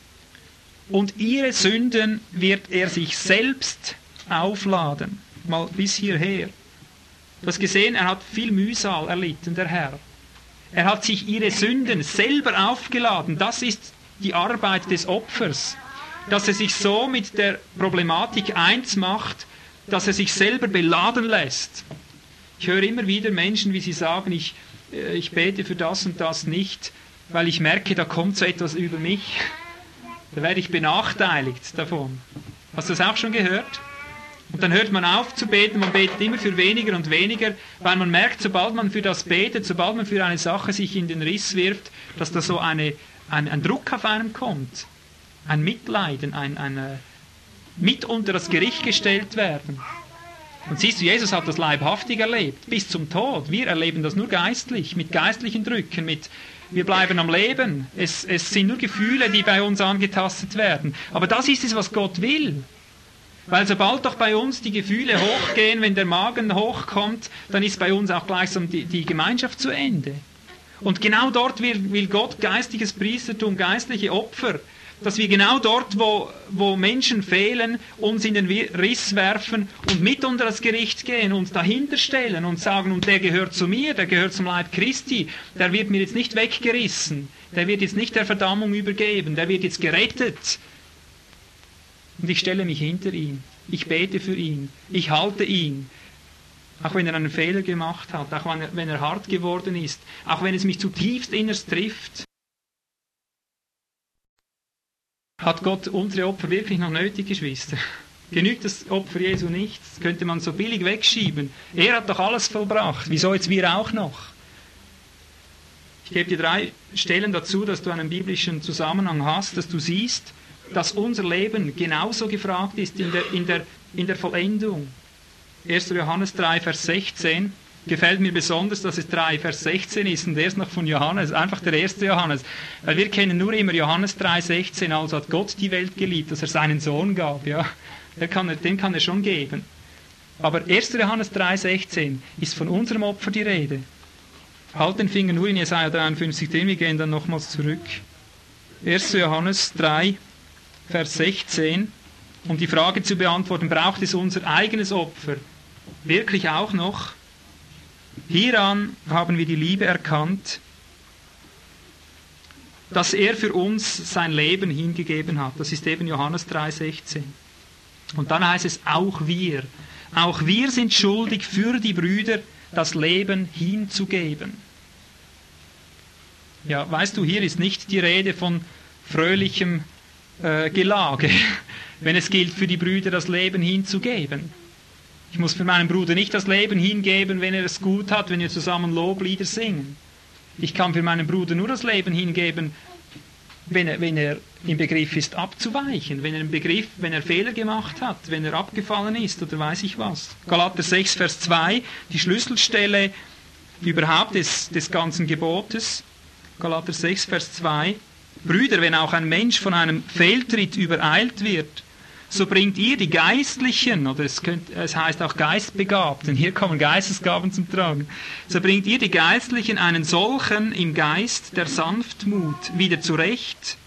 Speaker 1: Und ihre Sünden wird er sich selbst aufladen. Mal bis hierher. Du hast gesehen, er hat viel Mühsal erlitten, der Herr. Er hat sich ihre Sünden selber aufgeladen. Das ist die Arbeit des Opfers. Dass er sich so mit der Problematik eins macht, dass er sich selber beladen lässt. Ich höre immer wieder Menschen, wie sie sagen, ich bete für das und das nicht, weil ich merke, da kommt so etwas über mich. Da werde ich benachteiligt davon. Hast du das auch schon gehört? Und dann hört man auf zu beten, man betet immer für weniger und weniger, weil man merkt, sobald man für das betet, sobald man für eine Sache sich in den Riss wirft, dass da so ein Druck auf einem kommt. Ein Mitleiden, ein mit unter das Gericht gestellt werden. Und siehst du, Jesus hat das leibhaftig erlebt, bis zum Tod. Wir erleben das nur geistlich, mit geistlichen Drücken, wir bleiben am Leben. Es sind nur Gefühle, die bei uns angetastet werden. Aber das ist es, was Gott will. Weil sobald doch bei uns die Gefühle hochgehen, wenn der Magen hochkommt, dann ist bei uns auch gleichsam die Gemeinschaft zu Ende. Und genau dort will Gott geistliches Priestertum, geistliche Opfer, dass wir genau dort, wo Menschen fehlen, uns in den Riss werfen und mit unter das Gericht gehen, uns dahinter stellen und sagen, und der gehört zu mir, der gehört zum Leib Christi, der wird mir jetzt nicht weggerissen, der wird jetzt nicht der Verdammung übergeben, der wird jetzt gerettet. Und ich stelle mich hinter ihn, ich bete für ihn, ich halte ihn, auch wenn er einen Fehler gemacht hat, auch wenn er hart geworden ist, auch wenn es mich zutiefst innerst trifft. Hat Gott unsere Opfer wirklich noch nötig, Geschwister? Genügt das Opfer Jesu nicht? Das könnte man so billig wegschieben. Er hat doch alles vollbracht. Wieso jetzt wir auch noch? Ich gebe dir 3 Stellen dazu, dass du einen biblischen Zusammenhang hast, dass du siehst, dass unser Leben genauso gefragt ist in der Vollendung. 1. Johannes 3, Vers 16. Gefällt mir besonders, dass es 3, Vers 16 ist und erst noch von Johannes, einfach der 1. Johannes. Weil wir kennen nur immer Johannes 3, 16, also hat Gott die Welt geliebt, dass er seinen Sohn gab. Ja. Den kann er schon geben. Aber 1. Johannes 3, 16 ist von unserem Opfer die Rede. Halt den Finger nur in Jesaja 53, wir gehen dann nochmals zurück. 1. Johannes 3, Vers 16, um die Frage zu beantworten, braucht es unser eigenes Opfer wirklich auch noch? Hieran haben wir die Liebe erkannt, dass er für uns sein Leben hingegeben hat. Das ist eben Johannes 3,16. Und dann heißt es, auch wir sind schuldig, für die Brüder das Leben hinzugeben. Ja, weißt du, hier ist nicht die Rede von fröhlichem Gelage, wenn es gilt, für die Brüder das Leben hinzugeben. Ich muss für meinen Bruder nicht das Leben hingeben, wenn er es gut hat, wenn wir zusammen Loblieder singen. Ich kann für meinen Bruder nur das Leben hingeben, wenn er im Begriff ist abzuweichen, wenn er Fehler gemacht hat, wenn er abgefallen ist oder weiß ich was. Galater 6, Vers 2, die Schlüsselstelle überhaupt des ganzen Gebotes. Galater 6, Vers 2. Brüder, wenn auch ein Mensch von einem Fehltritt übereilt wird, so bringt ihr die Geistlichen, oder es heißt auch Geistbegabten, hier kommen Geistesgaben zum Tragen, so bringt ihr die Geistlichen einen solchen im Geist der Sanftmut wieder zurecht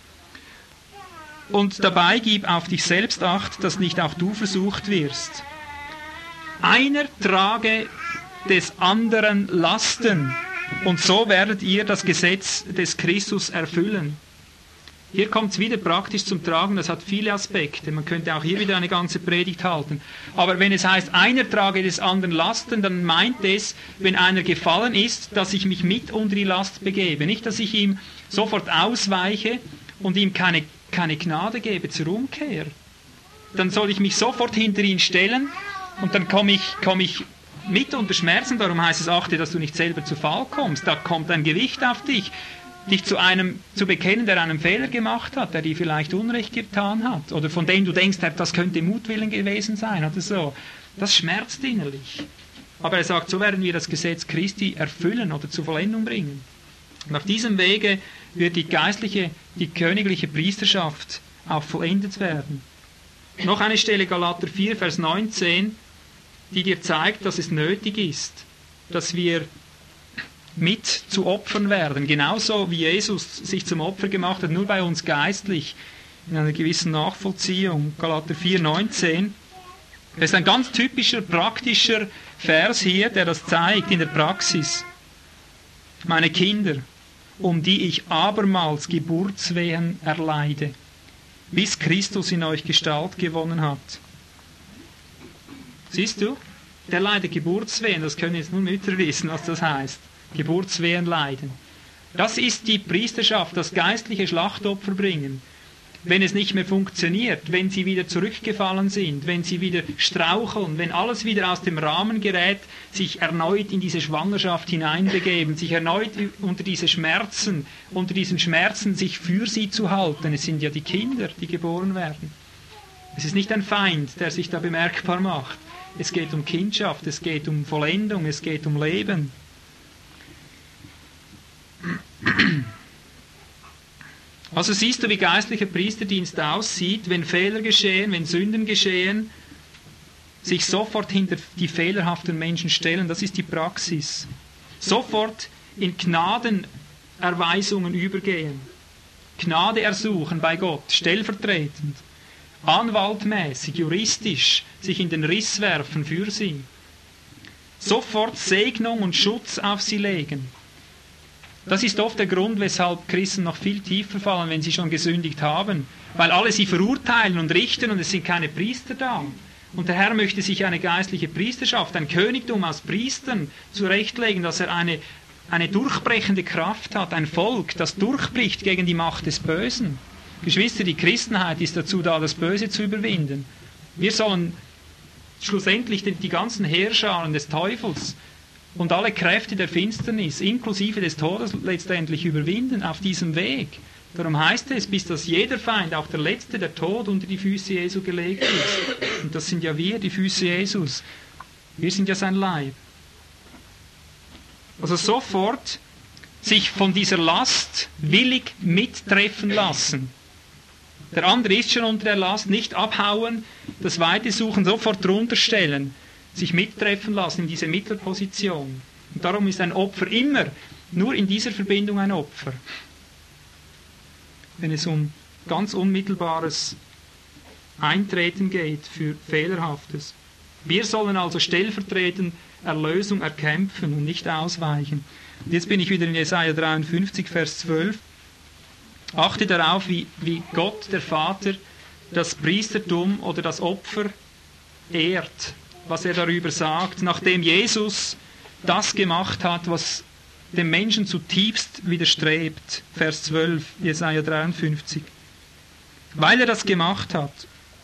Speaker 1: und dabei gib auf dich selbst Acht, dass nicht auch du versucht wirst. Einer trage des anderen Lasten und so werdet ihr das Gesetz des Christus erfüllen. Hier kommt es wieder praktisch zum Tragen, das hat viele Aspekte. Man könnte auch hier wieder eine ganze Predigt halten. Aber wenn es heißt, einer trage des anderen Lasten, dann meint es, wenn einer gefallen ist, dass ich mich mit unter die Last begebe. Nicht, dass ich ihm sofort ausweiche und ihm keine Gnade gebe zur Umkehr. Dann soll ich mich sofort hinter ihn stellen und dann komme ich mit unter Schmerzen. Darum heißt es, achte, dass du nicht selber zu Fall kommst. Da kommt ein Gewicht auf dich. Dich zu einem zu bekennen, der einen Fehler gemacht hat, der dir vielleicht Unrecht getan hat, oder von dem du denkst, das könnte Mutwillen gewesen sein, oder so. Das schmerzt innerlich. Aber er sagt, so werden wir das Gesetz Christi erfüllen oder zur Vollendung bringen. Und auf diesem Wege wird die königliche Priesterschaft auch vollendet werden. Noch eine Stelle, Galater 4, Vers 19, die dir zeigt, dass es nötig ist, dass wir mit zu Opfern werden. Genauso wie Jesus sich zum Opfer gemacht hat, nur bei uns geistlich, in einer gewissen Nachvollziehung. Galater 4,19. Das ist ein ganz typischer, praktischer Vers hier, der das zeigt in der Praxis. Meine Kinder, um die ich abermals Geburtswehen erleide, bis Christus in euch Gestalt gewonnen hat. Siehst du? Der leidet Geburtswehen, das können jetzt nur Mütter wissen, was das heißt. Geburtswehen leiden. Das ist die Priesterschaft, das geistliche Schlachtopfer bringen. wenn es nicht mehr funktioniert, wenn sie wieder zurückgefallen sind, wenn sie wieder straucheln, wenn alles wieder aus dem Rahmen gerät, sich erneut in diese Schwangerschaft hineinbegeben, sich erneut unter diesen Schmerzen sich für sie zu halten. Es sind ja die Kinder, die geboren werden. Es ist nicht ein Feind, der sich da bemerkbar macht. Es geht um Kindschaft, es geht um Vollendung, es geht um Leben. Also siehst du, wie geistlicher Priesterdienst aussieht, wenn Fehler geschehen, wenn Sünden geschehen, sich sofort hinter die fehlerhaften Menschen stellen, das ist die Praxis. Sofort in Gnadenerweisungen übergehen, Gnade ersuchen bei Gott, stellvertretend, anwaltmäßig, juristisch, sich in den Riss werfen für sie. Sofort Segnung und Schutz auf sie legen. Das ist oft der Grund, weshalb Christen noch viel tiefer fallen, wenn sie schon gesündigt haben. Weil alle sie verurteilen und richten und es sind keine Priester da. Und der Herr möchte sich eine geistliche Priesterschaft, ein Königtum aus Priestern zurechtlegen, dass er eine durchbrechende Kraft hat, ein Volk, das durchbricht gegen die Macht des Bösen. Geschwister, die Christenheit ist dazu da, das Böse zu überwinden. Wir sollen schlussendlich die ganzen Heerscharen des Teufels und alle Kräfte der Finsternis, inklusive des Todes, letztendlich überwinden auf diesem Weg. Darum heißt es, bis dass jeder Feind, auch der Letzte, der Tod, unter die Füße Jesu gelegt ist. Und das sind ja wir, die Füße Jesus. Wir sind ja sein Leib. Also sofort sich von dieser Last willig mittreffen lassen. Der andere ist schon unter der Last, nicht abhauen, das Weite suchen, sofort drunter stellen. Sich mittreffen lassen in diese Mittelposition. Und darum ist ein Opfer immer nur in dieser Verbindung ein Opfer. Wenn es um ganz unmittelbares Eintreten geht für Fehlerhaftes. Wir sollen also stellvertretend Erlösung erkämpfen und nicht ausweichen. Und jetzt bin ich wieder in Jesaja 53, Vers 12. Achte darauf, wie Gott, der Vater, das Priestertum oder das Opfer ehrt, was er darüber sagt, nachdem Jesus das gemacht hat, was dem Menschen zutiefst widerstrebt. Vers 12, Jesaja 53. Weil er das gemacht hat,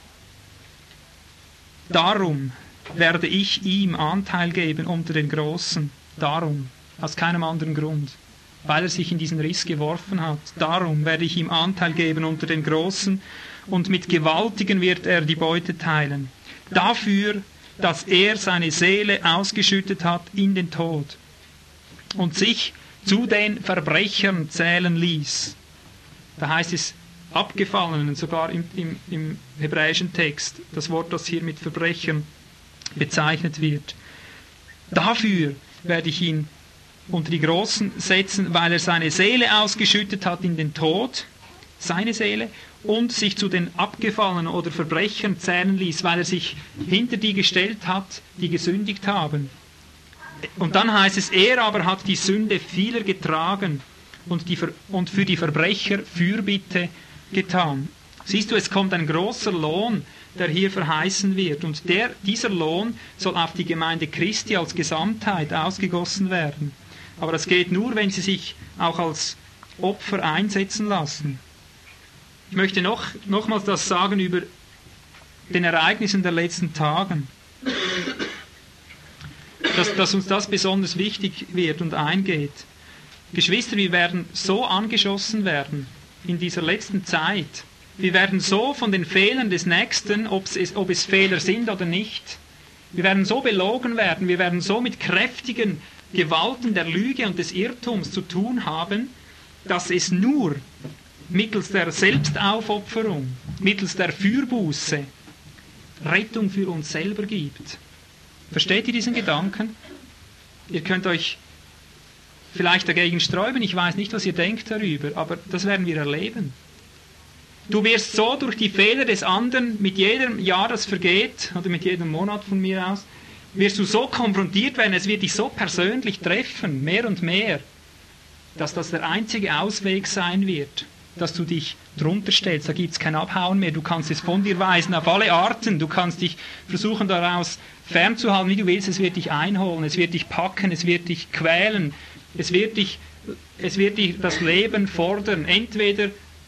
Speaker 1: darum werde ich ihm Anteil geben unter den Großen. Darum, aus keinem anderen Grund. Weil er sich in diesen Riss geworfen hat. Darum werde ich ihm Anteil geben unter den Großen und mit Gewaltigen wird er die Beute teilen. Dafür, dass er seine Seele ausgeschüttet hat in den Tod und sich zu den Verbrechern zählen ließ. Da heißt es Abgefallenen, sogar im hebräischen Text, das Wort, das hier mit Verbrechern bezeichnet wird. Dafür werde ich ihn unter die Großen setzen, weil er seine Seele ausgeschüttet hat in den Tod, seine Seele, und sich zu den Abgefallenen oder Verbrechern zählen ließ, weil er sich hinter die gestellt hat, die gesündigt haben. Und dann heißt es, er aber hat die Sünde vieler getragen und für die Verbrecher Fürbitte getan. Siehst du, es kommt ein großer Lohn, der hier verheißen wird. Und dieser Lohn soll auf die Gemeinde Christi als Gesamtheit ausgegossen werden. Aber das geht nur, wenn sie sich auch als Opfer einsetzen lassen. Ich möchte nochmals das sagen über den Ereignissen der letzten Tagen. Dass uns das besonders wichtig wird und eingeht. Geschwister, wir werden so angeschossen werden in dieser letzten Zeit. Wir werden so von den Fehlern des Nächsten, ob es Fehler sind oder nicht, wir werden so belogen werden, wir werden so mit kräftigen Gewalten der Lüge und des Irrtums zu tun haben, dass es nur mittels der Selbstaufopferung, mittels der Fürbuße Rettung für uns selber gibt. Versteht ihr diesen Gedanken? Ihr könnt euch vielleicht dagegen sträuben, ich weiß nicht, was ihr denkt darüber, aber das werden wir erleben. Du wirst so durch die Fehler des anderen, mit jedem Jahr, das vergeht, oder mit jedem Monat von mir aus, wirst du so konfrontiert werden, es wird dich so persönlich treffen, mehr und mehr, dass das der einzige Ausweg sein wird, dass du dich drunter stellst. Da gibt es kein Abhauen mehr, du kannst es von dir weisen auf alle Arten, du kannst dich versuchen daraus fernzuhalten, wie du willst, es wird dich einholen, es wird dich packen, es wird dich quälen, es wird dich das Leben fordern. Entweder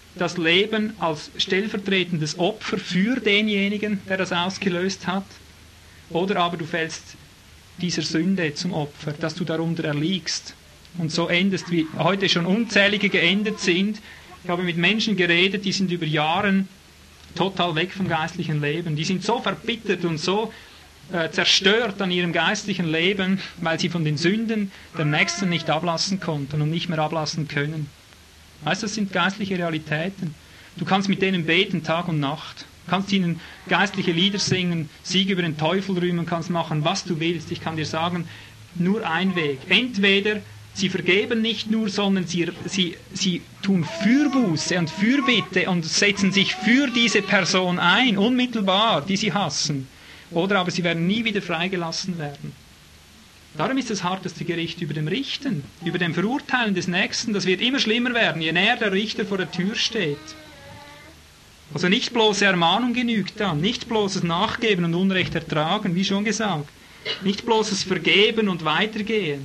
Speaker 1: das Leben als stellvertretendes Opfer für denjenigen, der das ausgelöst hat, oder aber du fällst dieser Sünde zum Opfer, dass du darunter erliegst und so endest, wie heute schon unzählige geendet sind. Ich habe mit Menschen geredet, die sind über Jahre total weg vom geistlichen Leben. Die sind so verbittert und so zerstört an ihrem geistlichen Leben, weil sie von den Sünden der Nächsten nicht ablassen konnten und nicht mehr ablassen können. Weißt du, das sind geistliche Realitäten. Du kannst mit denen beten Tag und Nacht. Du kannst ihnen geistliche Lieder singen, Sieg über den Teufel rühmen, kannst machen, was du willst. Ich kann dir sagen, nur ein Weg. Entweder sie vergeben nicht nur, sondern sie tun Fürbuße und Fürbitte und setzen sich für diese Person ein, unmittelbar, die sie hassen. Oder aber sie werden nie wieder freigelassen werden. Darum ist das harteste Gericht über dem Richten, über dem Verurteilen des Nächsten. Das wird immer schlimmer werden, je näher der Richter vor der Tür steht. Also nicht bloße Ermahnung genügt dann, nicht bloßes Nachgeben und Unrecht ertragen, wie schon gesagt. Nicht bloßes Vergeben und Weitergehen.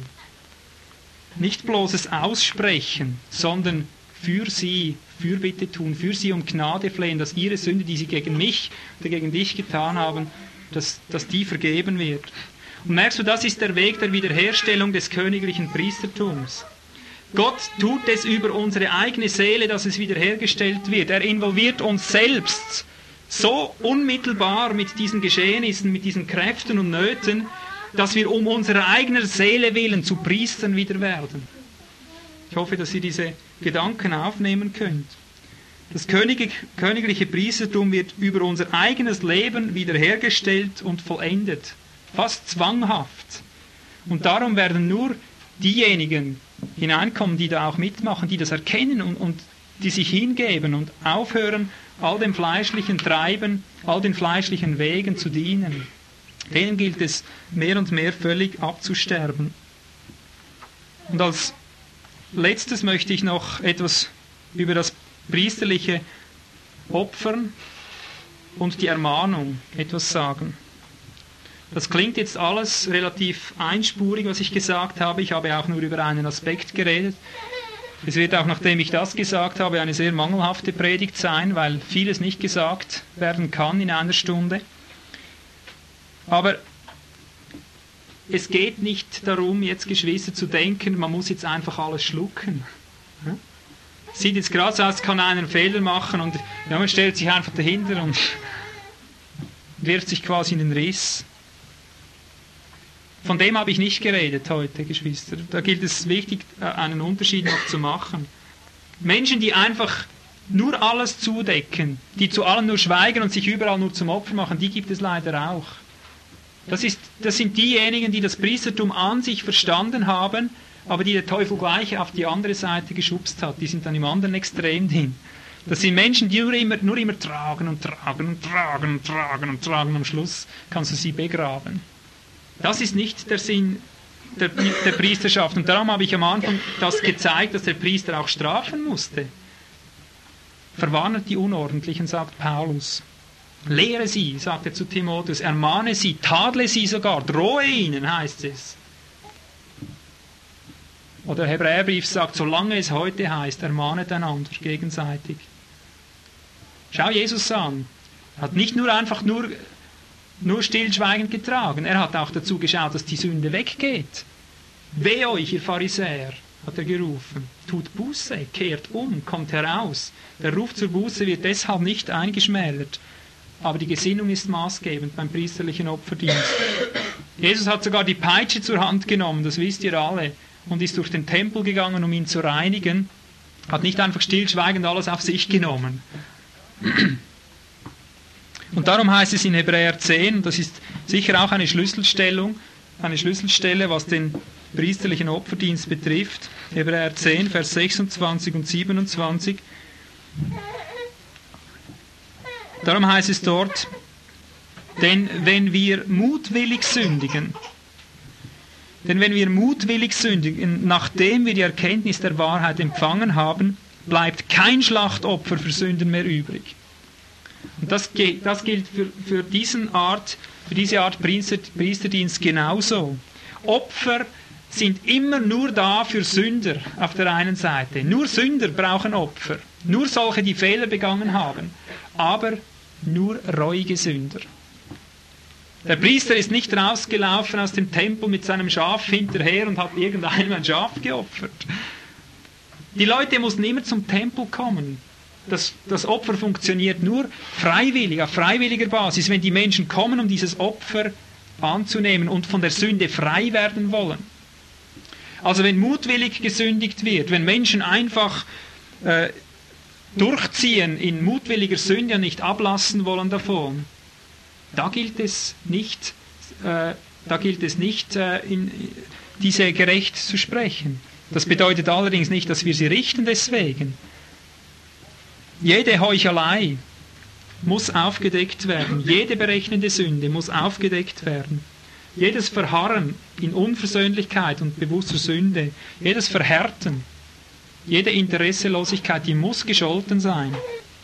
Speaker 1: Nicht bloßes Aussprechen, sondern für sie Fürbitte tun, für sie um Gnade flehen, dass ihre Sünde, die sie gegen mich oder gegen dich getan haben, dass die vergeben wird. Und merkst du, das ist der Weg der Wiederherstellung des königlichen Priestertums. Gott tut es über unsere eigene Seele, dass es wiederhergestellt wird. Er involviert uns selbst so unmittelbar mit diesen Geschehnissen, mit diesen Kräften und Nöten, dass wir um unserer eigenen Seele willen zu Priestern wieder werden. Ich hoffe, dass ihr diese Gedanken aufnehmen könnt. Das königliche Priestertum wird über unser eigenes Leben wiederhergestellt und vollendet. Fast zwanghaft. Und darum werden nur diejenigen hineinkommen, die da auch mitmachen, die das erkennen und die sich hingeben und aufhören, all dem fleischlichen Treiben, all den fleischlichen Wegen zu dienen. Denen gilt es mehr und mehr völlig abzusterben. Und als letztes möchte ich noch etwas über das priesterliche Opfern und die Ermahnung etwas sagen. Das klingt jetzt alles relativ einspurig, was ich gesagt habe. Ich habe auch nur über einen Aspekt geredet. Es wird auch, nachdem ich das gesagt habe, eine sehr mangelhafte Predigt sein, weil vieles nicht gesagt werden kann in einer Stunde. Aber es geht nicht darum, jetzt Geschwister zu denken, man muss jetzt einfach alles schlucken. Sieht jetzt gerade so aus, kann einer einen Fehler machen und ja, man stellt sich einfach dahinter und wirft sich quasi in den Riss. Von dem habe ich nicht geredet heute, Geschwister. Da gilt es wichtig, einen Unterschied noch zu machen. Menschen, die einfach nur alles zudecken, die zu allem nur schweigen und sich überall nur zum Opfer machen, die gibt es leider auch. Das sind diejenigen, die das Priestertum an sich verstanden haben, aber die der Teufel gleich auf die andere Seite geschubst hat. Die sind dann im anderen Extrem hin. Das sind Menschen, die nur immer tragen und tragen und tragen und tragen und tragen. Am Schluss kannst du sie begraben. Das ist nicht der Sinn der Priesterschaft. Und darum habe ich am Anfang das gezeigt, dass der Priester auch strafen musste. Verwarnet die Unordentlichen, sagt Paulus. Lehre sie, sagt er zu Timotheus, ermahne sie, tadle sie sogar, drohe ihnen, heißt es. Oder der Hebräerbrief sagt, solange es heute heißt, ermahnet einander gegenseitig. Schau Jesus an. Er hat nicht nur einfach nur stillschweigend getragen, er hat auch dazu geschaut, dass die Sünde weggeht. Weh euch, ihr Pharisäer, hat er gerufen. Tut Buße, kehrt um, kommt heraus. Der Ruf zur Buße wird deshalb nicht eingeschmälert. Aber die Gesinnung ist maßgebend beim priesterlichen Opferdienst. Jesus hat sogar die Peitsche zur Hand genommen, das wisst ihr alle, und ist durch den Tempel gegangen, um ihn zu reinigen. Hat nicht einfach stillschweigend alles auf sich genommen. Und darum heißt es in Hebräer 10, das ist sicher auch eine Schlüsselstelle, was den priesterlichen Opferdienst betrifft. Hebräer 10, Vers 26 und 27. Darum heißt es dort, denn wenn wir mutwillig sündigen, nachdem wir die Erkenntnis der Wahrheit empfangen haben, bleibt kein Schlachtopfer für Sünden mehr übrig. Und das gilt für diese Art Priesterdienst genauso. Opfer sind immer nur da für Sünder auf der einen Seite. Nur Sünder brauchen Opfer. Nur solche, die Fehler begangen haben, aber nur reuige Sünder. Der Priester ist nicht rausgelaufen aus dem Tempel mit seinem Schaf hinterher und hat irgendeinem ein Schaf geopfert. Die Leute mussten immer zum Tempel kommen. Das Opfer funktioniert nur freiwillig, auf freiwilliger Basis, wenn die Menschen kommen, um dieses Opfer anzunehmen und von der Sünde frei werden wollen. Also wenn mutwillig gesündigt wird, wenn Menschen einfach durchziehen in mutwilliger Sünde und nicht ablassen wollen davon, da gilt es nicht, in diese gerecht zu sprechen. Das bedeutet allerdings nicht, dass wir sie richten deswegen. Jede Heuchelei muss aufgedeckt werden. Jede berechnende Sünde muss aufgedeckt werden. Jedes Verharren in Unversöhnlichkeit und bewusster Sünde, jedes Verhärten, jede Interesselosigkeit, die muss gescholten sein.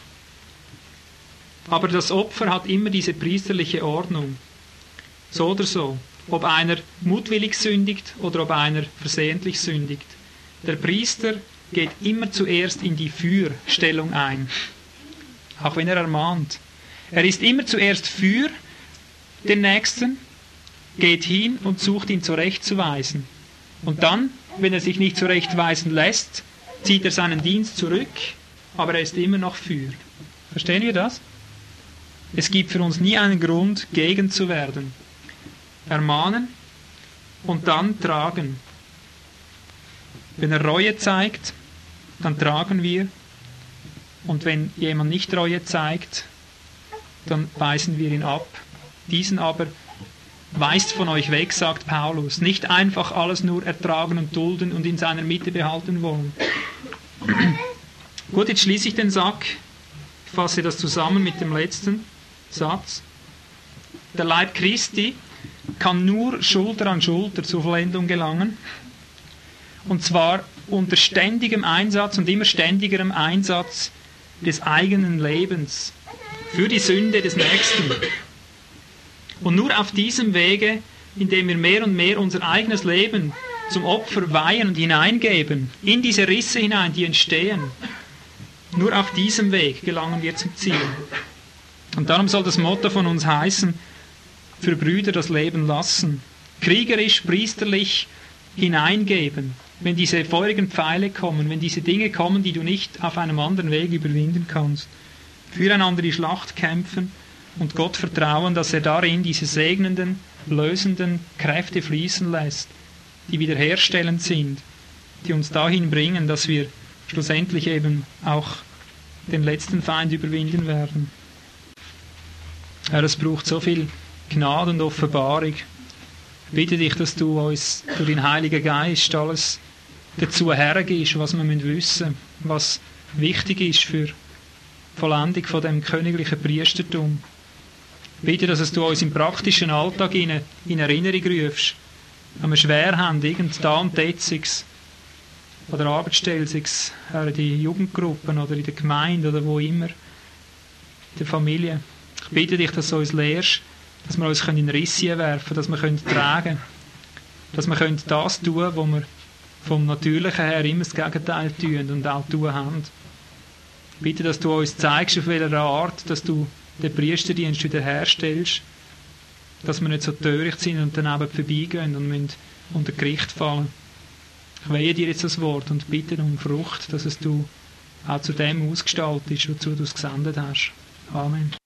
Speaker 1: Aber das Opfer hat immer diese priesterliche Ordnung. So oder so. Ob einer mutwillig sündigt oder ob einer versehentlich sündigt. Der Priester geht immer zuerst in die Fürstellung ein. Auch wenn er ermahnt. Er ist immer zuerst für den Nächsten, geht hin und sucht ihn zurechtzuweisen. Und dann, wenn er sich nicht zurechtweisen lässt, zieht er seinen Dienst zurück, aber er ist immer noch für. Verstehen wir das? Es gibt für uns nie einen Grund, gegen zu werden. Ermahnen und dann tragen. Wenn er Reue zeigt, dann tragen wir. Und wenn jemand nicht Reue zeigt, dann weisen wir ihn ab. Diesen aber weist von euch weg, sagt Paulus. Nicht einfach alles nur ertragen und dulden und in seiner Mitte behalten wollen. Gut, jetzt schließe ich den Sack. Ich fasse das zusammen mit dem letzten Satz. Der Leib Christi kann nur Schulter an Schulter zur Vollendung gelangen. Und zwar unter ständigem Einsatz und immer ständigerem Einsatz des eigenen Lebens für die Sünde des Nächsten. Und nur auf diesem Wege, indem wir mehr und mehr unser eigenes Leben zum Opfer weihen und hineingeben, in diese Risse hinein, die entstehen, nur auf diesem Weg gelangen wir zum Ziel. Und darum soll das Motto von uns heißen, für Brüder das Leben lassen. Kriegerisch, priesterlich hineingeben, wenn diese feurigen Pfeile kommen, wenn diese Dinge kommen, die du nicht auf einem anderen Weg überwinden kannst. Füreinander die Schlacht kämpfen und Gott vertrauen, dass er darin diese segnenden, lösenden Kräfte fließen lässt, die wiederherstellend sind, die uns dahin bringen, dass wir schlussendlich eben auch den letzten Feind überwinden werden. Herr, es braucht so viel Gnade und Offenbarung. Ich bitte dich, dass du uns durch den Heiligen Geist alles dazu hergibst, was wir wissen müssen, was wichtig ist für die Vollendung von dem königlichen Priestertum. Ich bitte, dass du uns im praktischen Alltag in Erinnerung rufst, wenn wir schwer haben, irgend da und dort, sei es an der Arbeitsstelle, sei es in den Jugendgruppen oder in der Gemeinde oder wo immer, in der Familie. Ich bitte dich, dass du uns lehrst, dass wir uns in Risse werfen, dass wir tragen können, dass wir das tun können, was wir vom Natürlichen her immer das Gegenteil tun und auch tun haben. Ich bitte, dass du uns zeigst, auf welche Art, dass du den Priesterdienst wiederherstellst, dass wir nicht so töricht sind und daneben vorbeigehen und müssen unter Gericht fallen. Ich weihe dir jetzt das Wort und bitte um Frucht, dass es du auch zu dem ausgestaltest, wozu du es gesendet hast. Amen.